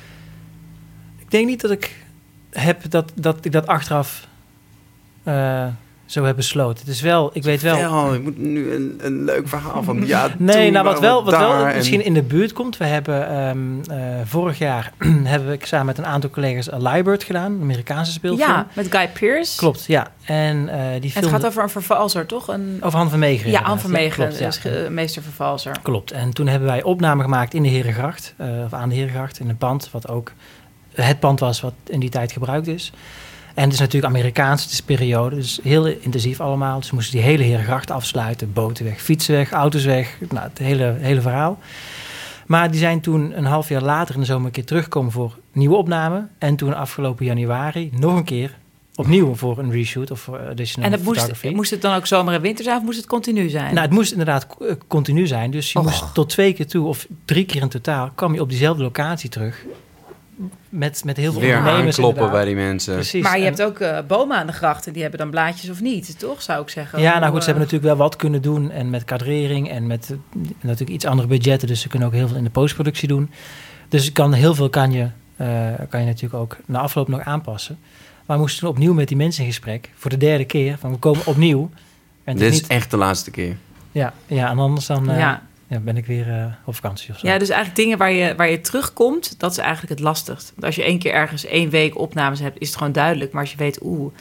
Ik denk niet dat ik heb dat, dat ik dat achteraf uh, zo heb besloten. Het is wel, ik weet wel... Wel, ik moet nu een, een leuk verhaal van, ja, Nee, toen nou wat waren wel, we wat wel daar en- misschien in de buurt komt. We hebben um, uh, vorig jaar hebben we samen met een aantal collega's uh, Liebert gedaan, een Amerikaanse speelfilm. Ja, met Guy Pearce. Klopt, ja. En uh, die En film het gaat over een vervalser, toch? Een... over Han van Meegeren. Ja, inderdaad. Anne Vermegen, klopt, ja. dus, uh, meester vervalser. Klopt. En toen hebben wij opname gemaakt in de Herengracht, uh, of aan de Herengracht, in een pand wat ook het pand was wat in die tijd gebruikt is. En het is natuurlijk Amerikaans, het is periode, dus heel intensief allemaal. Dus we moesten die hele Herengracht afsluiten, boten weg, fietsen weg, auto's weg, nou, het hele, hele verhaal. Maar die zijn toen een half jaar later in de zomer een keer teruggekomen voor nieuwe opname. En toen afgelopen januari nog een keer opnieuw voor een reshoot of voor additional En dat photography. moest, moest het dan ook zomer en winter zijn of moest het continu zijn? Nou, het moest inderdaad uh, continu zijn. Dus je Och. moest tot twee keer toe, of drie keer in totaal, kwam je op diezelfde locatie terug. Met, met heel veel Weer ondernemers aankloppen inderdaad. bij die mensen. Precies. maar je En- hebt ook uh, bomen aan de grachten, die hebben dan blaadjes of niet, toch? Zou ik zeggen. Ja, Hoe, nou goed, ze uh, hebben natuurlijk wel wat kunnen doen. En met kadrering en met uh, natuurlijk iets andere budgetten. Dus ze kunnen ook heel veel in de postproductie doen. Dus kan, heel veel kan je, uh, kan je natuurlijk ook na afloop nog aanpassen. Maar we moesten toen opnieuw met die mensen in gesprek. Voor de derde keer. Van we komen opnieuw. En het Dit is is niet, echt de laatste keer. ja, ja, en anders dan uh, Ja. ja, ben ik weer uh, op vakantie of zo. Ja, dus eigenlijk dingen waar je, waar je terugkomt, dat is eigenlijk het lastigst. Want als je één keer ergens één week opnames hebt, is het gewoon duidelijk. Maar als je weet, oeh,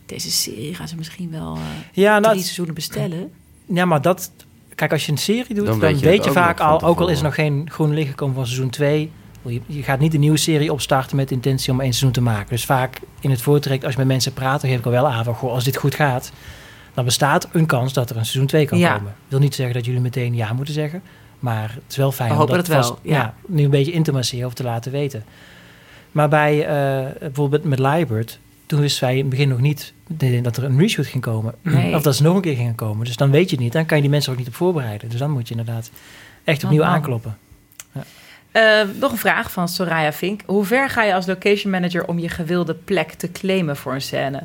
deze serie gaan ze misschien wel uh, ja, nou, drie het, seizoenen bestellen. Ja, maar dat... Kijk, als je een serie doet, dan, dan weet je, weet je vaak al... Ook al is er nog geen groen licht gekomen van seizoen twee... Je, je gaat niet een nieuwe serie opstarten met de intentie om één seizoen te maken. Dus vaak in het voortraject, als je met mensen praat... dan geef ik al wel aan van, goh, als dit goed gaat... dan bestaat een kans dat er een seizoen twee kan ja. komen. Ik wil niet zeggen dat jullie meteen ja moeten zeggen... maar het is wel fijn We om dat het wel, vast, ja. Ja, nu een beetje in te masseren of te laten weten. Maar bij uh, bijvoorbeeld met Liebert... toen wisten wij in het begin nog niet dat er een reshoot ging komen. Nee. Of dat ze nog een keer gingen komen. Dus dan weet je het niet. Dan kan je die mensen ook niet op voorbereiden. Dus dan moet je inderdaad echt opnieuw oh, aankloppen. Ja. Uh, nog een vraag van Soraya Fink. Hoe ver ga je als location manager om je gewilde plek te claimen voor een scène?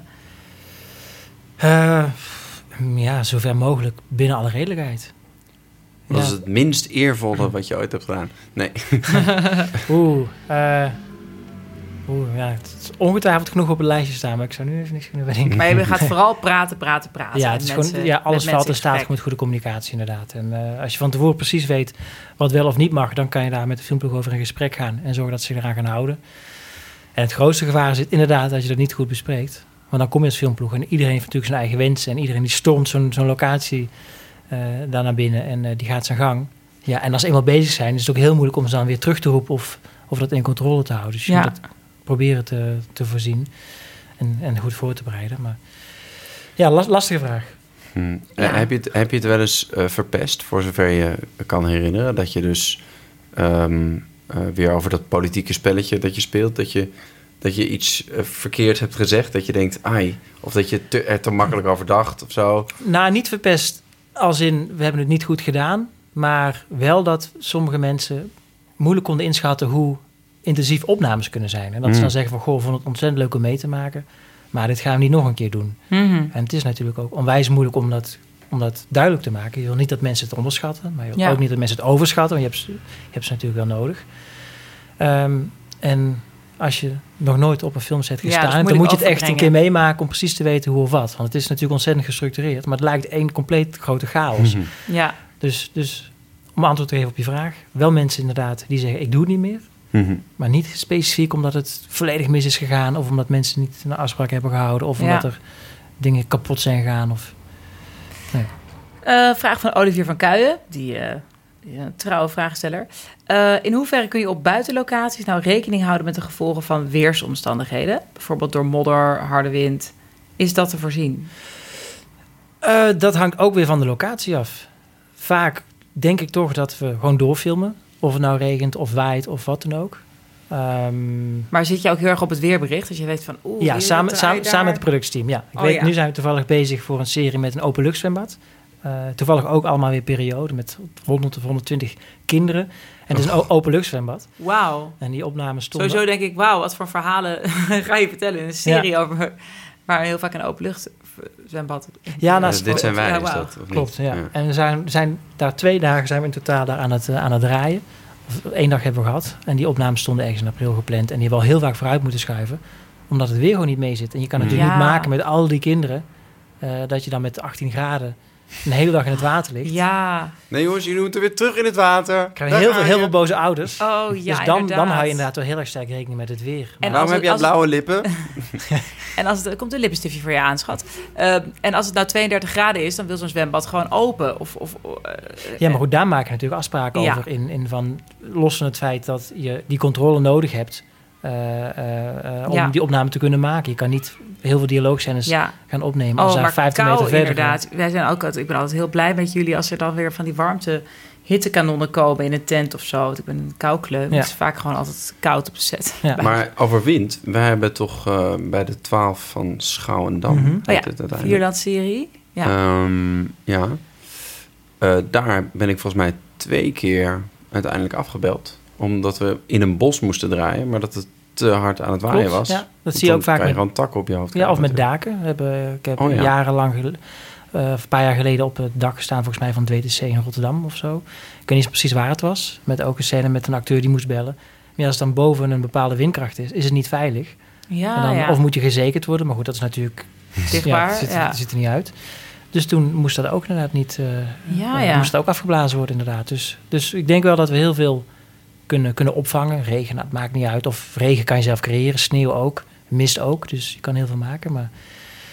Uh, ja, zover mogelijk binnen alle redelijkheid. Dat ja. is het minst eervolle wat je ooit hebt gedaan. Nee. Oeh, uh, Oeh, ja, het is ongetwijfeld genoeg op het lijstje staan, maar ik zou nu even niks kunnen bedenken. Maar je gaat vooral praten, praten, praten. Ja, het is mensen, gewoon, ja alles valt en staat met goede communicatie inderdaad. En uh, als je van tevoren precies weet wat wel of niet mag, dan kan je daar met de filmploeg over in gesprek gaan en zorgen dat ze eraan gaan houden. En het grootste gevaar zit inderdaad dat je dat niet goed bespreekt. Want dan kom je als filmploeg en iedereen heeft natuurlijk zijn eigen wensen en iedereen die stormt zo'n, zo'n locatie uh, daar naar binnen en uh, die gaat zijn gang. Ja, en als ze eenmaal bezig zijn, is het ook heel moeilijk om ze dan weer terug te roepen of, of dat in controle te houden. Dus je ja. moet het proberen te, te voorzien en, en goed voor te bereiden. Maar ja, last, lastige vraag. Hmm. Ja. Uh, heb, je het, heb je het wel eens uh, verpest, voor zover je kan herinneren? Dat je dus um, uh, weer over dat politieke spelletje dat je speelt, dat je, dat je iets uh, verkeerd hebt gezegd, dat je denkt, ai, of dat je te, er te makkelijk over dacht of zo? Nou, niet verpest als in, we hebben het niet goed gedaan, maar wel dat sommige mensen moeilijk konden inschatten hoe intensief opnames kunnen zijn. En dat mm. ze dan zeggen van, goh, we vonden het ontzettend leuk om mee te maken, maar dit gaan we niet nog een keer doen. Mm-hmm. En het is natuurlijk ook onwijs moeilijk om dat, om dat duidelijk te maken. Je wil niet dat mensen het onderschatten, maar je wil ja. ook niet dat mensen het overschatten, want je hebt, je hebt ze natuurlijk wel nodig. Um, en als je nog nooit op een filmset gestaan hebt, ja, dan moet je het echt een keer meemaken om precies te weten hoe of wat. Want het is natuurlijk ontzettend gestructureerd, maar het lijkt één compleet grote chaos. Mm-hmm. Ja. Dus, dus om antwoord te geven op je vraag, wel mensen inderdaad die zeggen, ik doe het niet meer. Mm-hmm. Maar niet specifiek omdat het volledig mis is gegaan, of omdat mensen niet een afspraak hebben gehouden, of ja. omdat er dingen kapot zijn gegaan. Of, nee. uh, vraag van Olivier van Kuijen, die, uh, die een trouwe vraagsteller. Uh, in hoeverre kun je op buitenlocaties nou rekening houden met de gevolgen van weersomstandigheden? Bijvoorbeeld door modder, harde wind. Is dat te voorzien? Uh, dat hangt ook weer van de locatie af. Vaak denk ik toch dat we gewoon doorfilmen. Of het nou regent of waait of wat dan ook. Um, maar zit je ook heel erg op het weerbericht? Dat je weet van... Oeh, ja, samen, samen, samen met het productieteam. Ja. Ik oh, weet, ja. Nu zijn we toevallig bezig voor een serie met een openluchtzwembad. Uh, toevallig ook allemaal weer periode met honderd of honderdtwintig kinderen. En het is een o- openluchtzwembad. Wauw. En die opnames stonden... Sowieso denk ik, wauw, wat voor verhalen ga je vertellen in een serie ja. over... waar heel vaak een openluchtzwembad... Ja, nou, uh, dit zijn wij, ja, is wow. dat? Of Klopt, niet? ja. ja. En we zijn, zijn daar twee dagen zijn we in totaal daar aan het, uh, aan het draaien. Eén dag hebben we gehad. En die opnames stonden ergens in april gepland. En die hebben we al heel vaak vooruit moeten schuiven. Omdat het weer gewoon niet mee zit. En je kan het natuurlijk ja. niet maken met al die kinderen. Uh, dat je dan met achttien graden een hele dag in het water ligt. Ja. Nee jongens, jullie moeten weer terug in het water. Ik krijg heel veel, heel veel boze ouders. Oh ja, dus dan, inderdaad. dan hou je inderdaad wel heel erg sterk rekening met het weer. En waarom heb jij blauwe het... lippen? En als het er komt een lippenstiftje voor je aan, schat. Uh, en als het nou tweeëndertig graden is, dan wil zo'n zwembad gewoon open. Of, of, uh, ja, maar goed, daar maken we natuurlijk afspraken ja. over. In, in van, los van het feit dat je die controle nodig hebt... Uh, uh, uh, om ja. die opname te kunnen maken. Je kan niet heel veel dialoogzenders ja. gaan opnemen als oh, daar vijftien kou, meter verder inderdaad. gaat. Wij zijn ook, ik ben altijd heel blij met jullie als er dan weer van die warmte hittekanonnen komen in een tent of zo. Ik ben een koukleum. Ja. Het is vaak gewoon altijd koud op de set. Ja. Maar over wind, wij hebben toch uh, bij de twaalf van Schouwendam. Mm-hmm. Oh ja, Vierland-serie. Ja. Um, ja. Uh, daar ben ik volgens mij twee keer uiteindelijk afgebeld. Omdat we in een bos moesten draaien, maar dat het te hard aan het waaien Klopt, was. Ja, dat zie je ook vaak. Dan krijg je met, gewoon takken op je hoofd. Ja, of met daken. We hebben, ik heb oh, ja. jarenlang, uh, een paar jaar geleden op het dak gestaan, volgens mij van het W T C in Rotterdam of zo. Ik weet niet precies waar het was. Met ook een scène met een acteur die moest bellen. Maar als het dan boven een bepaalde windkracht is, is het niet veilig. Ja, en dan, ja. Of moet je gezekerd worden, maar goed, dat is natuurlijk... Dichtbaar, ja, het ziet, ja. het ziet er niet uit. Dus toen moest dat ook inderdaad niet... Uh, ja, uh, ja. moest dat ook afgeblazen worden inderdaad. Dus, dus ik denk wel dat we heel veel... Kunnen, kunnen opvangen. Regen, dat maakt niet uit. Of regen kan je zelf creëren. Sneeuw ook. Mist ook. Dus je kan heel veel maken. Maar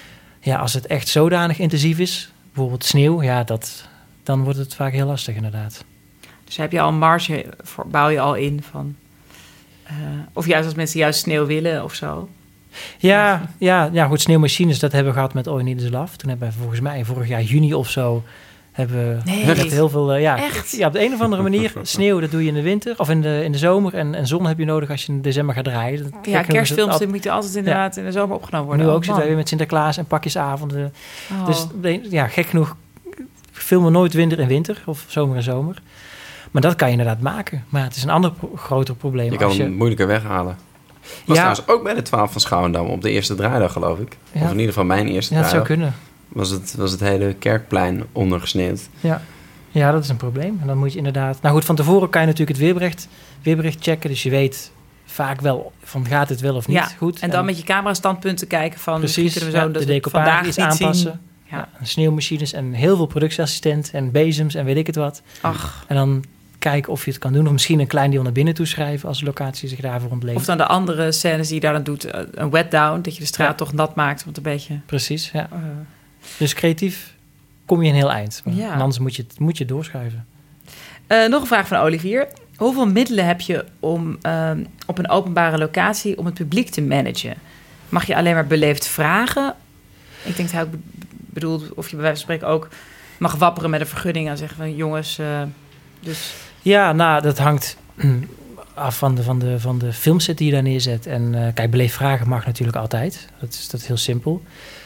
ja, als het echt zodanig intensief is, bijvoorbeeld sneeuw, ja, dat, dan wordt het vaak heel lastig inderdaad. Dus heb je al een marge, voor, bouw je al in van... Uh, of juist als mensen juist sneeuw willen of zo? Ja, ja, ja, goed, sneeuwmachines, dat hebben we gehad met All You Need Is Love. Toen hebben we volgens mij vorig jaar juni of zo... hebben we nee, met heel veel... Uh, ja, echt? ja, op de een of andere manier, sneeuw, dat doe je in de winter of in de, in de zomer. En, en zon heb je nodig als je in december gaat draaien. Dat, ja, kerstfilms al... die moeten altijd inderdaad ja. in de zomer opgenomen worden. Nu ook oh, zitten wij weer met Sinterklaas en pakjesavonden. Oh. Dus ja, gek genoeg filmen nooit winter en winter of zomer en zomer. Maar dat kan je inderdaad maken. Maar het is een ander pro- groter probleem. Je kan als je... hem moeilijker weghalen. Was ja. trouwens ook bij de twaalf van Schouwendam op de eerste draaidag, geloof ik. Ja. Of in ieder geval mijn eerste ja, dat draaidag. zou kunnen. Was het, was het hele Kerkplein ondergesneeuwd. Ja. ja, dat is een probleem. En dan moet je inderdaad... Nou goed, van tevoren kan je natuurlijk het weerbericht, weerbericht checken. Dus je weet vaak wel van gaat het wel of niet ja. goed. En dan en... met je camera-standpunten kijken van... Precies, we zo ja, dat de decoupage iets aanpassen. Ja. Ja, sneeuwmachines en heel veel productieassistent en bezems en weet ik het wat. Ach. En dan kijken of je het kan doen. Of misschien een klein deel naar binnen toe schrijven als de locatie zich daarvoor ontleent. Of dan de andere scènes die je daar dan doet. Een wet down, dat je de straat ja. toch nat maakt. Want een beetje... Precies, ja. Uh. Dus creatief kom je een heel eind. Maar ja. anders moet je het moet je doorschuiven. Uh, nog een vraag van Olivier. Hoeveel middelen heb je om uh, op een openbare locatie om het publiek te managen? Mag je alleen maar beleefd vragen? Ik denk dat hij ook bedoelt of je bij wijze van spreken ook mag wapperen met een vergunning en zeggen van jongens... Uh, dus... Ja, nou, dat hangt af van de, van de, van de filmset die je daar neerzet. En uh, kijk, beleefd vragen mag natuurlijk altijd. Dat is, dat is heel simpel.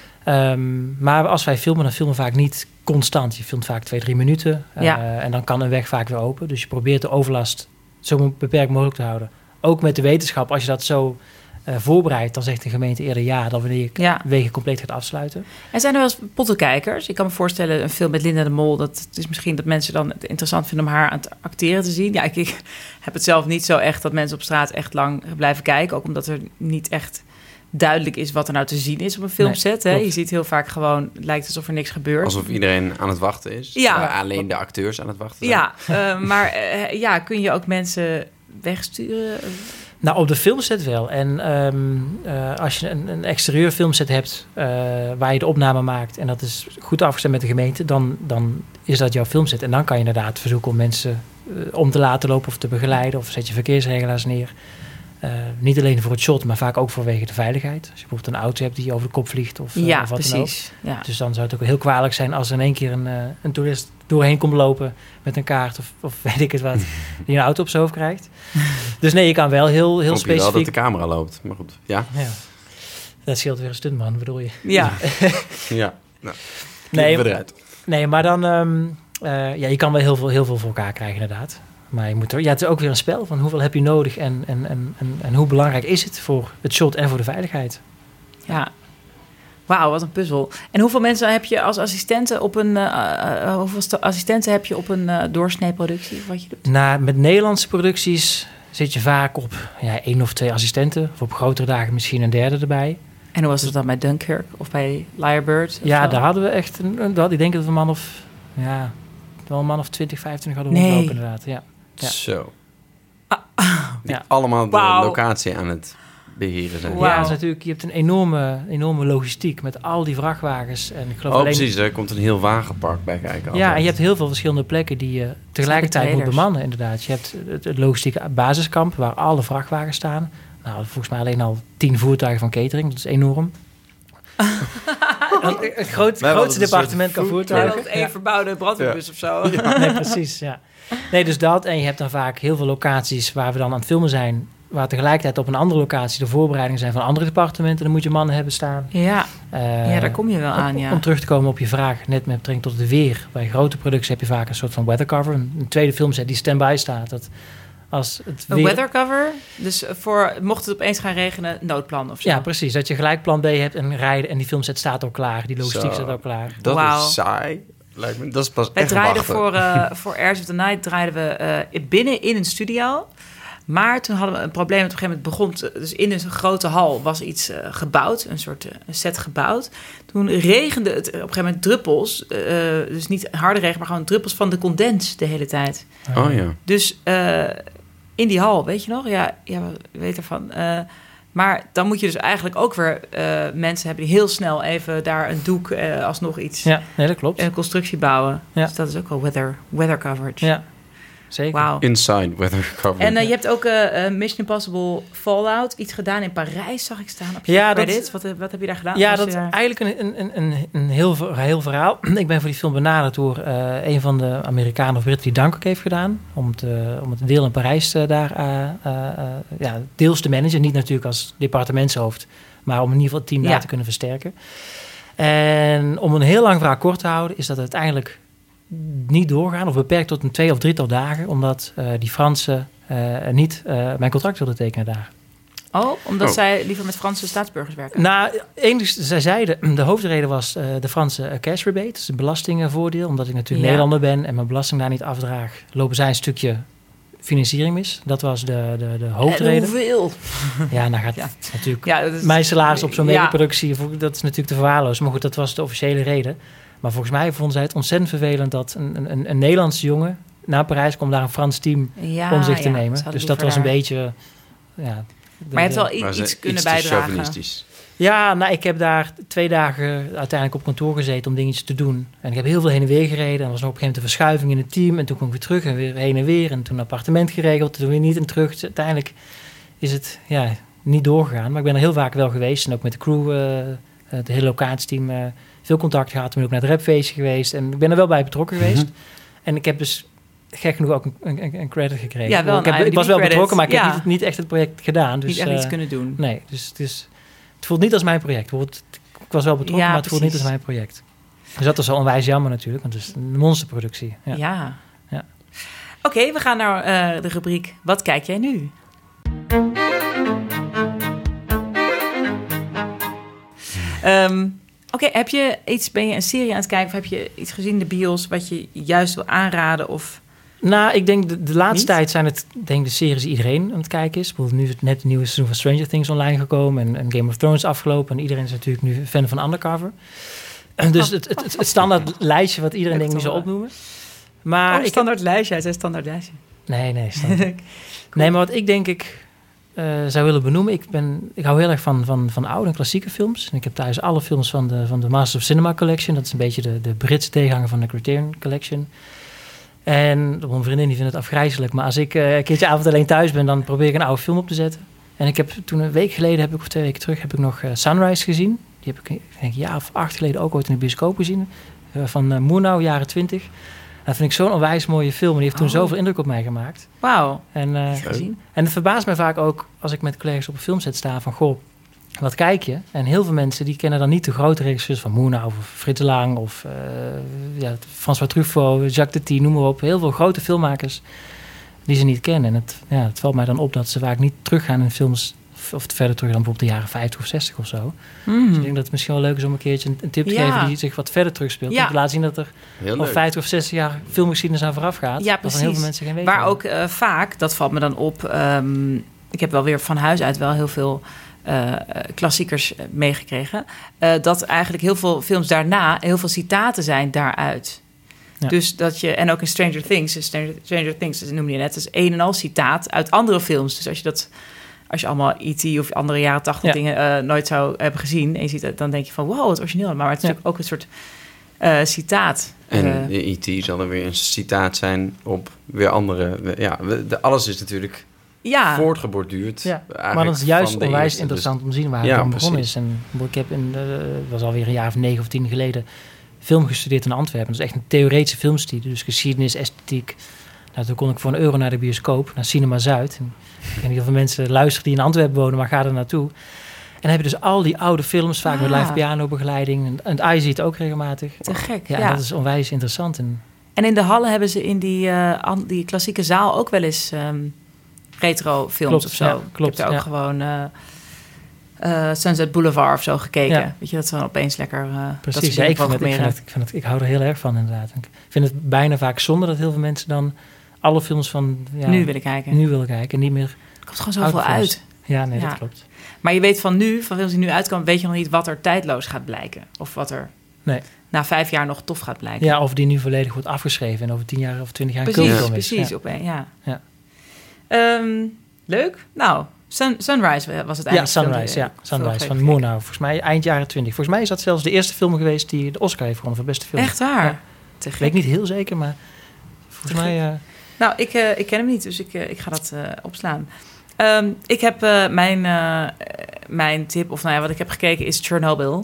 Um, maar als wij filmen, dan filmen we vaak niet constant. Je filmt vaak twee, drie minuten. Ja. Uh, en dan kan een weg vaak weer open. Dus je probeert de overlast zo beperkt mogelijk te houden. Ook met de wetenschap, als je dat zo uh, voorbereidt... dan zegt de gemeente eerder ja dan wanneer je ja. wegen compleet gaat afsluiten. En zijn er wel eens pottenkijkers? Ik kan me voorstellen, een film met Linda de Mol... dat het is misschien dat mensen dan het interessant vinden om haar aan het acteren te zien. Ja, ik, ik heb het zelf niet zo echt dat mensen op straat echt lang blijven kijken. Ook omdat er niet echt... duidelijk is wat er nou te zien is op een filmset. Nee, hè? Je ziet heel vaak gewoon, het lijkt alsof er niks gebeurt. Alsof iedereen aan het wachten is. Ja. Alleen de acteurs aan het wachten zijn. Ja, uh, maar uh, ja, kun je ook mensen wegsturen? Nou, op de filmset wel. En um, uh, als je een, een exterieur filmset hebt uh, waar je de opname maakt... en dat is goed afgestemd met de gemeente, dan, dan is dat jouw filmset. En dan kan je inderdaad verzoeken om mensen uh, om te laten lopen of te begeleiden... of zet je verkeersregelaars neer... Uh, niet alleen voor het shot, maar vaak ook vanwege de veiligheid. Als je bijvoorbeeld een auto hebt die over de kop vliegt of, uh, ja, of wat precies. dan ook. Ja. Dus dan zou het ook heel kwalijk zijn als er in één keer een, uh, een toerist doorheen komt lopen met een kaart of, of weet ik het wat, die een auto op zijn hoofd krijgt. Dus nee, je kan wel heel, heel Hoop specifiek... je wel dat de camera loopt, maar goed. Ja. ja. Dat scheelt weer een stuntman, bedoel je? Ja. ja. Nou, nee, nee, maar dan... Um, uh, ja, je kan wel heel veel, heel veel voor elkaar krijgen inderdaad. Maar je moet er, ja, het is ook weer een spel van hoeveel heb je nodig en, en, en, en, en hoe belangrijk is het voor het shot en voor de veiligheid. Ja, wauw, wat een puzzel. En hoeveel mensen heb je als assistenten op een, uh, uh, hoeveel assistenten heb je op een uh, doorsnee productie? Wat je doet? Nou, met Nederlandse producties zit je vaak op ja, één of twee assistenten. Of op grotere dagen misschien een derde erbij. En hoe was het dan bij Dunkirk of bij Lyrebird? Ja, zo? daar hadden we echt, een, een, ik denk dat we een man of, ja, wel een man of twintig, vijfentwintig hadden nee. rondlopen inderdaad, ja. Ja. Zo. Ah, ah. Die Ja. allemaal de Wow. locatie aan het beheren zijn. Wow. Ja, het is natuurlijk, je hebt een enorme, enorme logistiek met al die vrachtwagens. En ik geloof Oh, alleen, precies. Er komt een heel wagenpark bij kijken. ja, altijd. en je hebt heel veel verschillende plekken die je tegelijkertijd moet trailers. bemannen, inderdaad. Je hebt het, het logistieke basiskamp waar alle vrachtwagens staan. Nou, volgens mij alleen al tien voertuigen van catering. Dat is enorm. Het, het groot, Wij grootste hadden een departement soort kan food Terwijl voertuigen. het één Ja. verbouwde brandweerbus of zo. Nee, precies, ja. Nee, dus dat. En je hebt dan vaak heel veel locaties waar we dan aan het filmen zijn... waar tegelijkertijd op een andere locatie de voorbereidingen zijn van andere departementen. Dan moet je mannen hebben staan. Ja, Uh, ja, daar kom je wel aan, om, ja. om terug te komen op je vraag, net met betrekking tot het weer. Bij grote producties heb je vaak een soort van weathercover. Een, een tweede filmset die stand-by staat. Dat als het Een weer... weathercover, dus voor mocht het opeens gaan regenen, noodplan of zo. Ja, precies. Dat je gelijk plan B hebt en rijden en die filmset staat al klaar. Die logistiek Zo. staat al klaar. Dat Wauw. is saai. Lijkt me, dat is pas Wij echt draaiden wachten. voor, uh, voor Airs of the Night draaiden we uh, binnen in een studio. Maar toen hadden we een probleem. Op een gegeven moment begon het, dus in een grote hal was iets uh, gebouwd, een soort uh, set gebouwd. Toen regende het op een gegeven moment druppels, uh, dus niet harde regen, maar gewoon druppels van de condens de hele tijd. Oh ja. Dus uh, in die hal, weet je nog? Ja, ja, we weten ervan. Uh, Maar dan moet je dus eigenlijk ook weer uh, mensen hebben die heel snel even daar een doek uh, alsnog iets... Ja, nee, dat klopt. Een constructie bouwen. Ja. Dus dat is ook wel weather, weather coverage. Ja, zeker. Wow. Inside weather coverage. En uh, je hebt ook uh, uh, Mission Impossible Fallout. Iets gedaan in Parijs, zag ik staan op je ja, credits. Dat, wat, wat heb je daar gedaan? Ja, Was dat is daar... eigenlijk een, een, een, een heel, heel verhaal. Ik ben voor die film benaderd door uh, een van de Amerikanen of Britten die Dunkirk heeft gedaan. Om het, uh, om het deel in Parijs uh, daar uh, uh, ja, deels te managen. Niet natuurlijk als departementshoofd, maar om in ieder geval het team ja. daar te kunnen versterken. En om een heel lang verhaal kort te houden, is dat uiteindelijk niet doorgaan of beperkt tot een twee of drietal dagen, omdat uh, die Fransen uh, niet uh, mijn contract wilden tekenen daar. Oh, omdat oh. zij liever met Franse staatsburgers werken? Nou, enigszins, zij zeiden, de hoofdreden was uh, de Franse cash rebate, dus een belastingvoordeel. Omdat ik natuurlijk ja. Nederlander ben en mijn belasting daar niet afdraag, lopen zij een stukje financiering mis. Dat was de, de, de hoofdreden. En hoeveel? Ja, nou gaat ja. natuurlijk ja, dat is, mijn salaris op zo'n ja. megaproductie, dat is natuurlijk te verwaarlozen. Maar goed, dat was de officiële reden. Maar volgens mij vonden zij het ontzettend vervelend dat een, een, een Nederlandse jongen naar Parijs komt, daar een Frans team ja, om zich te ja, nemen. Dus dat was een daar. beetje... Ja, de, maar je hebt wel Maar iets ze, kunnen iets te bijdragen. chauvinistisch. Ja, nou, ik heb daar twee dagen uiteindelijk op kantoor gezeten om dingetjes te doen. En ik heb heel veel heen en weer gereden. En er was nog op een gegeven moment een verschuiving in het team. En toen kwam ik weer terug en weer heen en weer. En toen een appartement geregeld, toen weer niet en terug. Dus uiteindelijk is het ja, niet doorgegaan. Maar ik ben er heel vaak wel geweest. En ook met de crew, uh, het hele locatieteam, uh, veel contact gehad. Toen ben ik ook naar het rapfeestje geweest. En ik ben er wel bij betrokken geweest. Mm-hmm. En ik heb dus gek genoeg ook een, een, een credit gekregen. Ja, wel ik, heb, ik was wel credit. betrokken, maar ik ja. heb niet, niet echt het project gedaan. Dus, niet echt uh, iets kunnen doen. Nee, dus het, is, het voelt niet als mijn project. Het, ik was wel betrokken, ja, maar het voelt niet als mijn project. Dus dat is wel onwijs jammer natuurlijk, want het is een monsterproductie. Ja. ja. ja. Oké, okay, we gaan naar uh, de rubriek Wat kijk jij nu? um, Oké, okay, heb je iets, ben je een serie aan het kijken of heb je iets gezien in de bios wat je juist wil aanraden? Of nou, ik denk de, de laatste niet? tijd zijn het denk de series die iedereen aan het kijken is. Bijvoorbeeld nu is het net het nieuwe seizoen van Stranger Things online gekomen en, en Game of Thrones afgelopen. En iedereen is natuurlijk nu fan van Undercover. Dus het, het, het, het standaard lijstje wat iedereen denk ik nu zou opnoemen. Maar oh, standaard ik, lijstje, hij zei standaard lijstje. Nee, nee, standaard. cool. Nee, maar wat ik denk ik uh, zou willen benoemen, ik, ben, ik hou heel erg van, van, van oude en klassieke films. En ik heb thuis alle films van de, van de Masters of Cinema Collection. Dat is een beetje de, de Britse tegenhanger van de Criterion Collection. En mijn vriendin die vindt het afgrijzelijk. Maar als ik uh, een keertje avond alleen thuis ben, dan probeer ik een oude film op te zetten. En ik heb toen een week geleden, heb ik, of twee weken terug, heb ik nog uh, Sunrise gezien. Die heb ik denk ik, een jaar of acht geleden ook ooit in de bioscoop gezien. Uh, van uh, Murnau, jaren twintig. Dat vind ik zo'n onwijs mooie film. En die heeft toen oh. zoveel indruk op mij gemaakt. Wauw. En, uh, en het verbaast mij vaak ook als ik met collega's op een filmset sta van goh, wat kijk je? En heel veel mensen die kennen dan niet de grote regisseurs van Murnau of Frits Lang of uh, ja, François Truffaut, Jacques Tati, noem maar op. Heel veel grote filmmakers die ze niet kennen. En het, ja, het valt mij dan op dat ze vaak niet teruggaan in films of verder terug dan bijvoorbeeld de jaren vijftig of zestig of zo. Mm. Dus ik denk dat het misschien wel leuk is om een keertje een, een tip te ja. geven die zich wat verder terugspeelt. Ja. Om te laten zien dat er al vijftig of zestig jaar filmgeschiedenis aan vooraf gaat. Ja, precies. Heel veel mensen geen weten. Waar ook uh, vaak, dat valt me dan op, um, ik heb wel weer van huis uit wel heel veel uh, klassiekers meegekregen. Uh, dat eigenlijk heel veel films daarna, heel veel citaten zijn daaruit. Ja. Dus dat je, en ook in Stranger Things, Stranger, Stranger Things, dat noemde je net, dat is een en al citaat uit andere films. Dus als je dat... Als je allemaal E T of andere jaren tachtig ja. dingen uh, nooit zou hebben gezien... en je ziet het, dan denk je van wow, wat origineel. Maar het is ja. natuurlijk ook een soort uh, citaat. En uh, E T zal er weer een citaat zijn op weer andere... Ja, de, alles is natuurlijk ja. voortgeborduurd. Ja. Maar dat is juist onwijs eerste, interessant dus, om te zien waar het ja, begonnen is. En ik heb in, uh, was alweer een jaar of negen of tien geleden... film gestudeerd in Antwerpen. Dat is echt een theoretische filmstudie. Dus geschiedenis, esthetiek... Nou, toen kon ik voor een euro naar de bioscoop, naar Cinema Zuid. En ik weet niet of er mensen luisteren die in Antwerpen wonen, maar ga er naartoe. En dan heb je dus al die oude films, vaak ah. met live pianobegeleiding. En, en het I ziet ook regelmatig. Te gek, ja. ja. En dat is onwijs interessant. En, en in de Hallen hebben ze in die, uh, die klassieke zaal ook wel eens um, retro films klopt, of zo. Ja, klopt, ik heb daar ja. ook gewoon... Uh, Uh, Sunset Boulevard of zo gekeken. Ja. Weet je, dat is dan opeens lekker... Uh, Precies, dat ja, ik, vind het, ik, vind het, ik, vind het, ik hou er heel erg van inderdaad. Ik vind het bijna vaak zonde dat heel veel mensen dan alle films van... Ja, nu willen kijken. Nu willen kijken en niet meer... Er komt gewoon zoveel uit. Ja, nee, ja. dat klopt. Maar je weet van nu, van films die nu uitkomen... weet je nog niet wat er tijdloos gaat blijken. Of wat er nee. na vijf jaar nog tof gaat blijken. Ja, of die nu volledig wordt afgeschreven... en over tien jaar of twintig jaar precies, een cultfilm is. Precies, ja. op een, ja. ja. Um, leuk. Nou... Sun, Sunrise was het Ja, eigenlijk. Sunrise, ja. Sunrise van Murnau. Volgens mij eind jaren twintig. Volgens mij is dat zelfs de eerste film geweest die de Oscar heeft gewonnen voor beste film. Echt waar? Ja. Te gek. Weet ik niet heel zeker, maar volgens mij... Uh... Nou, ik, uh, ik ken hem niet, dus ik, uh, ik ga dat uh, opslaan. Um, ik heb uh, mijn, uh, mijn tip, of nou ja, wat ik heb gekeken is Chernobyl.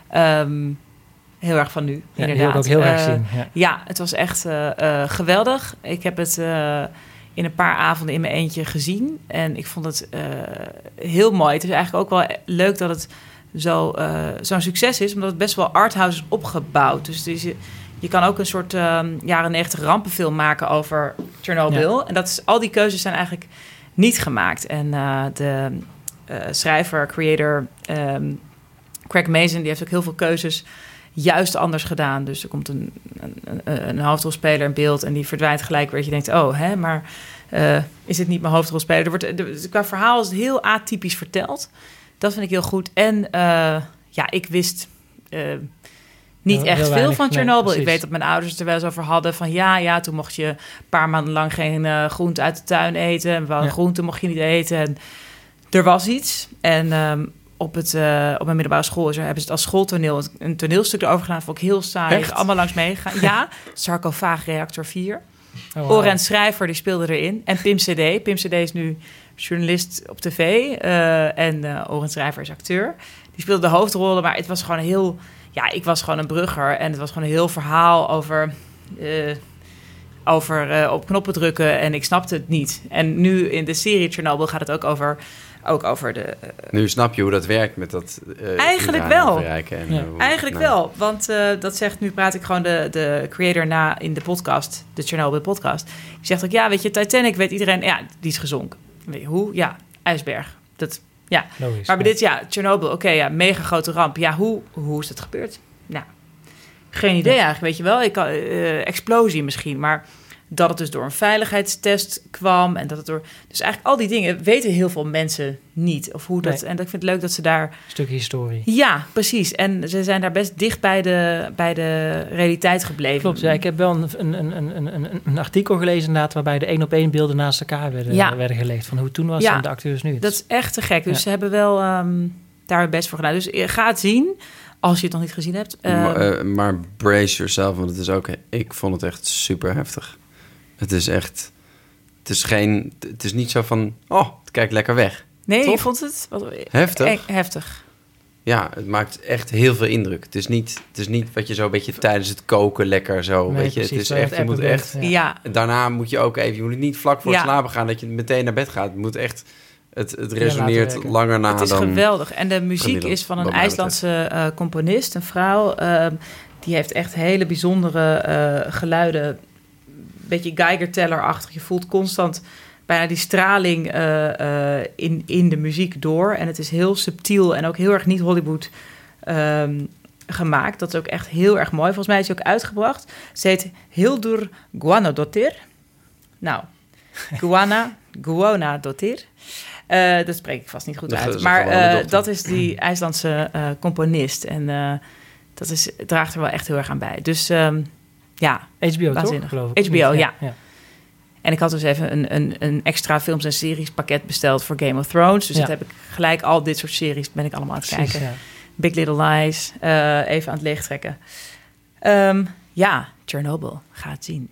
Um, heel erg van nu, ja, inderdaad. Die heb ik ook heel uh, erg zien. Ja. ja, het was echt uh, uh, geweldig. Ik heb het uh, in een paar avonden in mijn eentje gezien. En ik vond het uh, heel mooi. Het is eigenlijk ook wel leuk dat het zo, uh, zo'n succes is, omdat het best wel arthouse is opgebouwd. Dus het is... Je kan ook een soort uh, jaren negentig rampenfilm maken over Chernobyl. Ja. En dat is, al die keuzes zijn eigenlijk niet gemaakt. En uh, de uh, schrijver, creator um, Craig Mazin... die heeft ook heel veel keuzes juist anders gedaan. Dus er komt een, een, een hoofdrolspeler in beeld... en die verdwijnt gelijk weer. Je denkt, oh, hè, maar uh, is het niet mijn hoofdrolspeler? Er wordt, er, qua verhaal is het heel atypisch verteld. Dat vind ik heel goed. En uh, ja, ik wist... Uh, Niet echt veel weinig, van Chernobyl. Nee, ik weet dat mijn ouders het er wel eens over hadden. Van ja, ja, toen mocht je een paar maanden lang geen uh, groente uit de tuin eten. En wel ja. groente mocht je niet eten. En er was iets. En um, op, het, uh, op mijn middelbare school is er, hebben ze het als schooltoneel een toneelstuk erover gedaan. Vond ik heel saai. Echt? Allemaal langs meegegaan. Ja, Sarcofaag Reactor vier. Oh, wow. Orent Schrijver, die speelde erin. En Pim C D. Pim C D is nu journalist op tv. Uh, en uh, Orent Schrijver is acteur. Die speelde de hoofdrollen, maar het was gewoon heel... Ja, ik was gewoon een brugger en het was gewoon een heel verhaal over, uh, over uh, op knoppen drukken en ik snapte het niet. En nu in de serie Chernobyl gaat het ook over, ook over de... Uh, nu snap je hoe dat werkt met dat... Uh, eigenlijk wel. En, ja. hoe, eigenlijk nou. wel, want uh, dat zegt, nu praat ik gewoon de, de creator na in de podcast, de Chernobyl podcast. Die zegt ook, ja, weet je, Titanic weet iedereen, ja, die is gezonken. Weet je hoe? Ja, ijsberg. Dat... Ja, Logisch, maar bij ja. dit, ja, Chernobyl, oké, okay, ja, mega grote ramp. Ja, hoe, hoe is dat gebeurd? Nou, geen idee ja. eigenlijk, weet je wel. Ik kan, uh, explosie misschien, maar dat het dus door een veiligheidstest kwam en dat het door... Dus eigenlijk al die dingen weten heel veel mensen niet. Of hoe dat... Nee. En ik vind het leuk dat ze daar... Een stukje historie. Ja, precies. En ze zijn daar best dicht bij de, bij de realiteit gebleven. Klopt, ja. Ik heb wel een, een, een, een, een artikel gelezen inderdaad... waarbij de één op één beelden naast elkaar werden, ja. werden gelegd. Van hoe het toen was ja. en de acteurs nu. Dat is echt te gek. Dus ja. ze hebben wel um, daar het best voor gedaan. Dus ga het zien... Als je het nog niet gezien hebt. Uh, maar, uh, maar brace yourself, want het is ook... Ik vond het echt super heftig. Het is echt... Het is geen... Het is niet zo van... Oh, kijk lekker weg. Nee, Toch? je vond het... Wat, heftig? E- heftig. Ja, het maakt echt heel veel indruk. Het is niet, het is niet wat je zo een beetje tijdens het koken lekker zo... Nee, weet je, precies, het is echt... Je moet echt ja. ja. Daarna moet je ook even... Je moet het niet vlak voor ja. het slapen gaan... dat je meteen naar bed gaat. Het moet echt... Het, het resoneert ja, langer na dan... Het is dan geweldig. En de muziek is van een IJslandse uh, componist, een vrouw. Uh, die heeft echt hele bijzondere uh, geluiden. Een beetje Geiger-teller-achtig. Je voelt constant bijna die straling uh, uh, in, in de muziek door. En het is heel subtiel en ook heel erg niet Hollywood um, gemaakt. Dat is ook echt heel erg mooi. Volgens mij is hij ook uitgebracht. Ze heet Hildur Guðnadóttir. Nou, Guana, Guðnadóttir. Uh, dat spreek ik vast niet goed dat uit. Maar uh, dat is die IJslandse uh, componist. En uh, dat is, draagt er wel echt heel erg aan bij. Dus um, ja, H B O waanzinnig. Toch, geloof ik? H B O, ja. ja. ja. En ik had dus even een, een, een extra films- en series pakket besteld voor Game of Thrones. Dus ja. dat heb ik gelijk al dit soort series ben ik allemaal aan het Precies, kijken. Ja. Big Little Lies, uh, even aan het leegtrekken. Um, ja, Chernobyl, ga het zien.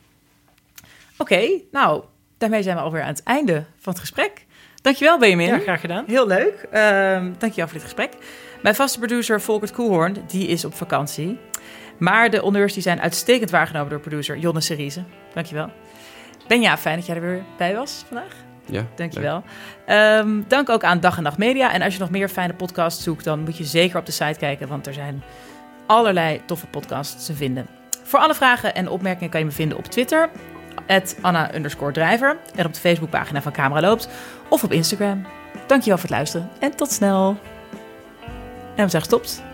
Oké, okay, nou, daarmee zijn we alweer aan het einde van het gesprek. Dankjewel, Benjamin. Ja, graag gedaan. Heel leuk. Um, dankjewel voor dit gesprek. Mijn vaste producer Volkert Koelhoorn, die is op vakantie. Maar de honneurs die zijn uitstekend waargenomen door producer Jonne Serize. Dankjewel. Benja, fijn dat jij er weer bij was vandaag. Ja. Dankjewel. Um, dank ook aan Dag en Nacht Media. En als je nog meer fijne podcasts zoekt, dan moet je zeker op de site kijken, want er zijn allerlei toffe podcasts te vinden. Voor alle vragen en opmerkingen kan je me vinden op Twitter, at Anna underscore drijver, en op de Facebookpagina van Camera Loopt, of op Instagram. Dankjewel voor het luisteren en tot snel. En we zijn gestopt.